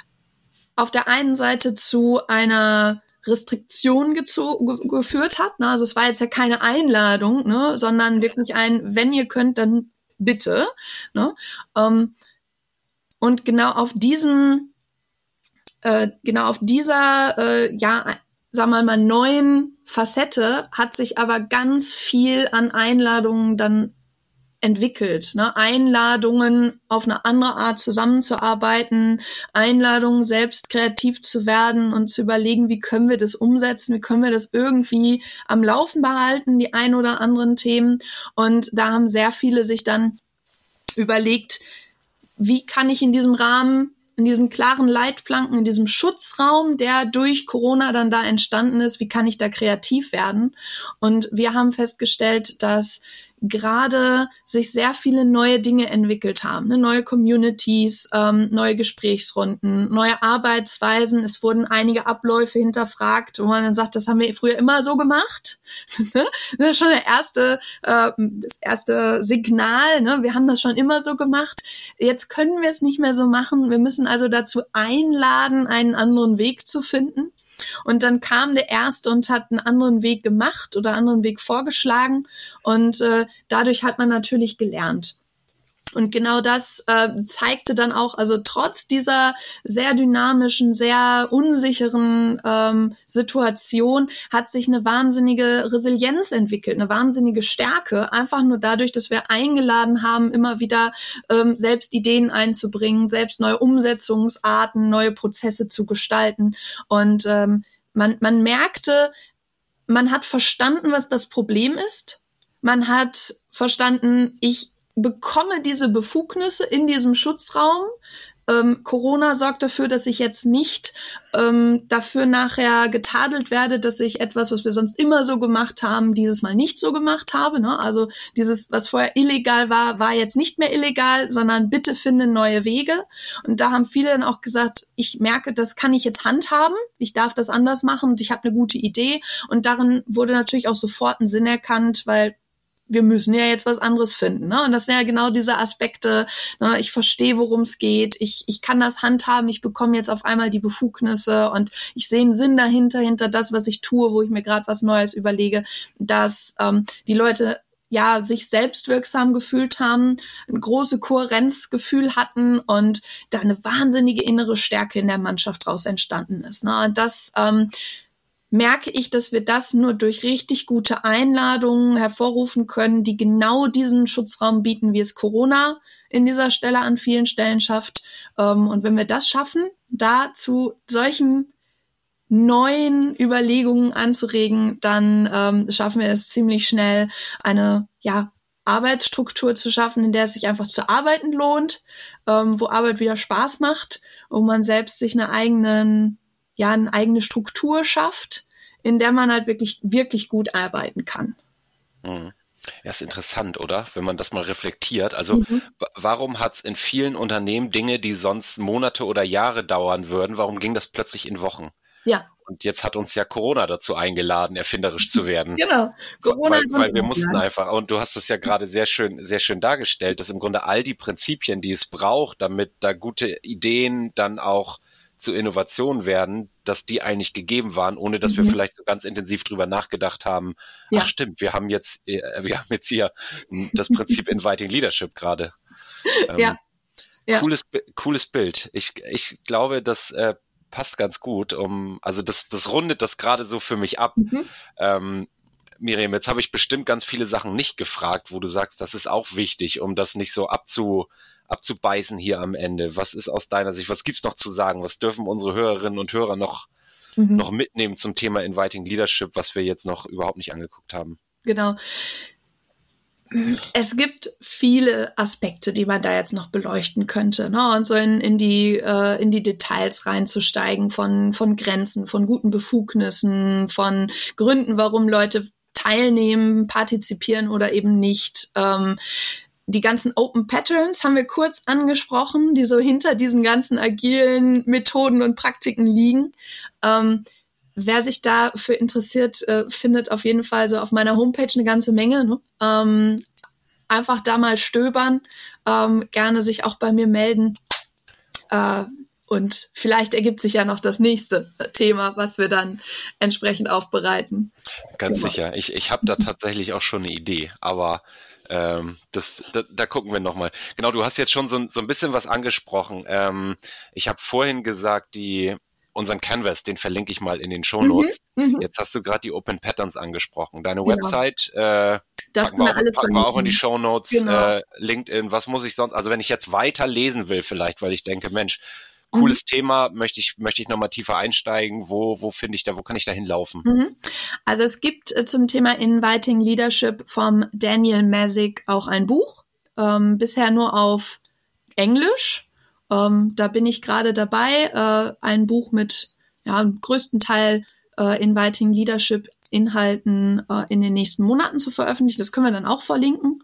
S4: Auf der einen Seite zu einer Restriktion gezo- ge- geführt hat, ne, also es war jetzt ja keine Einladung, ne, sondern wirklich ein, wenn ihr könnt, dann bitte, ne, ähm, und genau auf diesen, äh, genau auf dieser, äh, ja, sagen wir mal, neuen Facette hat sich aber ganz viel an Einladungen dann entwickelt, ne? Einladungen auf eine andere Art zusammenzuarbeiten, Einladungen selbst kreativ zu werden und zu überlegen, wie können wir das umsetzen, wie können wir das irgendwie am Laufen behalten, die ein oder anderen Themen. Und da haben sehr viele sich dann überlegt, wie kann ich in diesem Rahmen, in diesen klaren Leitplanken, in diesem Schutzraum, der durch Corona dann da entstanden ist, wie kann ich da kreativ werden? Und wir haben festgestellt, dass gerade sich sehr viele neue Dinge entwickelt haben, ne? Neue Communities, ähm, neue Gesprächsrunden, neue Arbeitsweisen. Es wurden einige Abläufe hinterfragt, wo man dann sagt, das haben wir früher immer so gemacht. Das ist schon der erste, äh, das erste Signal. Ne? Wir haben das schon immer so gemacht. Jetzt können wir es nicht mehr so machen. Wir müssen also dazu einladen, einen anderen Weg zu finden. Und dann kam der Erste und hat einen anderen Weg gemacht oder einen anderen Weg vorgeschlagen. Und äh, dadurch hat man natürlich gelernt. Und genau das äh, zeigte dann auch, also trotz dieser sehr dynamischen, sehr unsicheren ähm, Situation hat sich eine wahnsinnige Resilienz entwickelt, eine wahnsinnige Stärke, einfach nur dadurch, dass wir eingeladen haben, immer wieder ähm, selbst Ideen einzubringen, selbst neue Umsetzungsarten, neue Prozesse zu gestalten. Und ähm, man, man merkte, man hat verstanden, was das Problem ist. Man hat verstanden, ich bekomme diese Befugnisse in diesem Schutzraum. Ähm, Corona sorgt dafür, dass ich jetzt nicht ähm, dafür nachher getadelt werde, dass ich etwas, was wir sonst immer so gemacht haben, dieses Mal nicht so gemacht habe. Ne? Also dieses, was vorher illegal war, war jetzt nicht mehr illegal, sondern bitte finde neue Wege. Und da haben viele dann auch gesagt, ich merke, das kann ich jetzt handhaben. Ich darf das anders machen und ich habe eine gute Idee. Und darin wurde natürlich auch sofort ein Sinn erkannt, weil wir müssen ja jetzt was anderes finden. Ne? Und das sind ja genau diese Aspekte, ne? Ich verstehe, worum es geht, ich, ich kann das handhaben, ich bekomme jetzt auf einmal die Befugnisse und ich sehe einen Sinn dahinter, hinter das, was ich tue, wo ich mir gerade was Neues überlege, dass ähm, die Leute ja sich selbstwirksam gefühlt haben, ein große Kohärenzgefühl hatten und da eine wahnsinnige innere Stärke in der Mannschaft draus entstanden ist. Ne? Und das ähm, merke ich, dass wir das nur durch richtig gute Einladungen hervorrufen können, die genau diesen Schutzraum bieten, wie es Corona in dieser Stelle an vielen Stellen schafft. Und wenn wir das schaffen, da zu solchen neuen Überlegungen anzuregen, dann ähm, schaffen wir es ziemlich schnell, eine ja Arbeitsstruktur zu schaffen, in der es sich einfach zu arbeiten lohnt, ähm, wo Arbeit wieder Spaß macht, wo man selbst sich eine eigenen ja eine eigene Struktur schafft, in der man halt wirklich, wirklich gut arbeiten kann.
S3: Mhm. Ja, ist interessant, oder? Wenn man das mal reflektiert. Also
S4: Mhm.
S3: w- warum hat es in vielen Unternehmen Dinge, die sonst Monate oder Jahre dauern würden, warum ging das plötzlich in Wochen?
S4: Ja,
S3: Und jetzt hat uns ja Corona dazu eingeladen, erfinderisch zu werden.
S4: genau. Corona
S3: Weil,
S4: hat uns
S3: weil wir
S4: eingeladen.
S3: mussten einfach, und du hast es ja gerade sehr schön, sehr schön dargestellt, dass im Grunde all die Prinzipien, die es braucht, damit da gute Ideen dann auch zu Innovationen werden, dass die eigentlich gegeben waren, ohne dass wir
S4: Mhm.
S3: vielleicht so ganz intensiv drüber nachgedacht haben.
S4: Ja.
S3: Ach stimmt, wir haben jetzt, äh, wir haben jetzt hier das Prinzip Inviting Leadership gerade. Ähm,
S4: Ja. Ja.
S3: Cooles, Bi- cooles Bild. Ich, ich glaube, das äh, passt ganz gut, um, also das, das rundet das gerade so für mich ab.
S4: Mhm.
S3: Ähm, Miriam, jetzt habe ich bestimmt ganz viele Sachen nicht gefragt, wo du sagst, das ist auch wichtig, um das nicht so abzu, abzubeißen hier am Ende. Was ist aus deiner Sicht, was gibt's noch zu sagen? Was dürfen unsere Hörerinnen und Hörer noch,
S4: Mhm.
S3: noch mitnehmen zum Thema Inviting Leadership, was wir jetzt noch überhaupt nicht angeguckt haben?
S4: Genau. Es gibt viele Aspekte, die man da jetzt noch beleuchten könnte, ne? Und so in, in die äh, in die Details reinzusteigen von von Grenzen, von guten Befugnissen, von Gründen, warum Leute teilnehmen, partizipieren oder eben nicht. Ähm, die ganzen Open Patterns haben wir kurz angesprochen, die so hinter diesen ganzen agilen Methoden und Praktiken liegen. Ähm, Wer sich dafür interessiert, äh, findet auf jeden Fall so auf meiner Homepage eine ganze Menge. Ne? Ähm, einfach da mal stöbern, ähm, gerne sich auch bei mir melden. Äh, und vielleicht ergibt sich ja noch das nächste Thema, was wir dann entsprechend aufbereiten.
S3: Ganz
S4: Genau.
S3: sicher. Ich, ich habe da tatsächlich auch schon eine Idee, aber ähm, das, da, da gucken wir nochmal. Genau, du hast jetzt schon so, so ein bisschen was angesprochen. Ähm, ich habe vorhin gesagt, die unseren Canvas, den verlinke ich mal in den Shownotes.
S4: Mhm.
S3: Jetzt hast du gerade die Open Patterns angesprochen. Deine
S4: Genau.
S3: Website äh,
S4: Das
S3: packen, wir
S4: können wir
S3: auch,
S4: alles
S3: packen wir auch in die
S4: verlinken.
S3: Shownotes,
S4: Genau.
S3: äh, LinkedIn, was muss ich sonst, also wenn ich jetzt weiter lesen will vielleicht, weil ich denke, Mensch, cooles Thema, möchte ich, möchte ich nochmal tiefer einsteigen, wo, wo finde ich da, wo kann ich da hinlaufen?
S4: Mhm. Also es gibt äh, zum Thema Inviting Leadership vom Daniel Messick auch ein Buch, ähm, bisher nur auf Englisch. Ähm, da bin ich gerade dabei, äh, ein Buch mit ja, im größten Teil äh, Inviting Leadership Inhalten äh, in den nächsten Monaten zu veröffentlichen. Das können wir dann auch verlinken.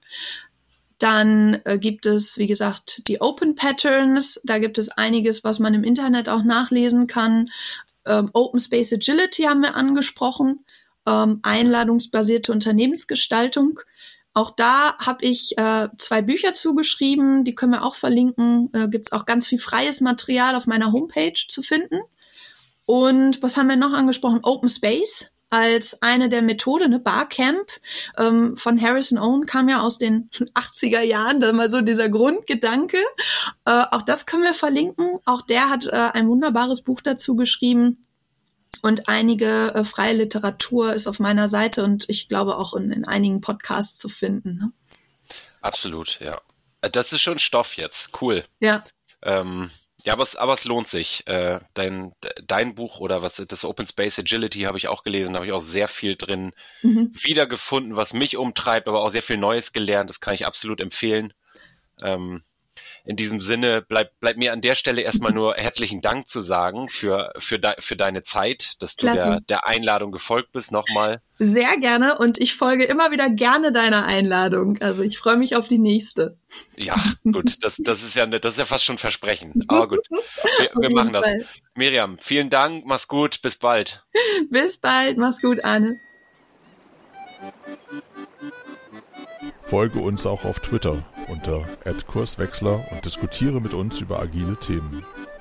S4: Dann äh, gibt es, wie gesagt, die Open Patterns. Da gibt es einiges, was man im Internet auch nachlesen kann. Ähm, Open Space Agility haben wir angesprochen. Ähm, einladungsbasierte Unternehmensgestaltung. Auch da habe ich äh, zwei Bücher zugeschrieben, die können wir auch verlinken. Äh, Gibt es auch ganz viel freies Material auf meiner Homepage zu finden. Und was haben wir noch angesprochen? Open Space als eine der Methoden, ne? Barcamp ähm, von Harrison Owen kam ja aus den achtziger Jahren, da mal so dieser Grundgedanke. Äh, auch das können wir verlinken. Auch der hat äh, ein wunderbares Buch dazu geschrieben. Und einige äh, freie Literatur ist auf meiner Seite und ich glaube auch in, in einigen Podcasts zu finden. Ne?
S3: Absolut, ja. Das ist schon Stoff jetzt, cool.
S4: Ja.
S3: Ähm, ja, aber es, aber es lohnt sich. Äh, dein, dein Buch oder was, das Open Space Agility habe ich auch gelesen, da habe ich auch sehr viel drin
S4: Mhm.
S3: wiedergefunden, was mich umtreibt, aber auch sehr viel Neues gelernt. Das kann ich absolut empfehlen. Ähm, in diesem Sinne bleibt bleib mir an der Stelle erstmal nur herzlichen Dank zu sagen für, für, de, für deine Zeit, dass du
S4: Klasse.
S3: der, der Einladung gefolgt bist nochmal.
S4: Sehr gerne und ich folge immer wieder gerne deiner Einladung. Also ich freue mich auf die nächste.
S3: Ja, gut, das, das ist ja, das ist ja fast schon Versprechen. Aber gut, wir, wir machen das.
S4: Fall.
S3: Miriam, vielen Dank, mach's gut, bis bald.
S4: Bis bald, mach's gut, Anne.
S2: Folge uns auch auf Twitter unter at Kurswechsler und diskutiere mit uns über agile Themen.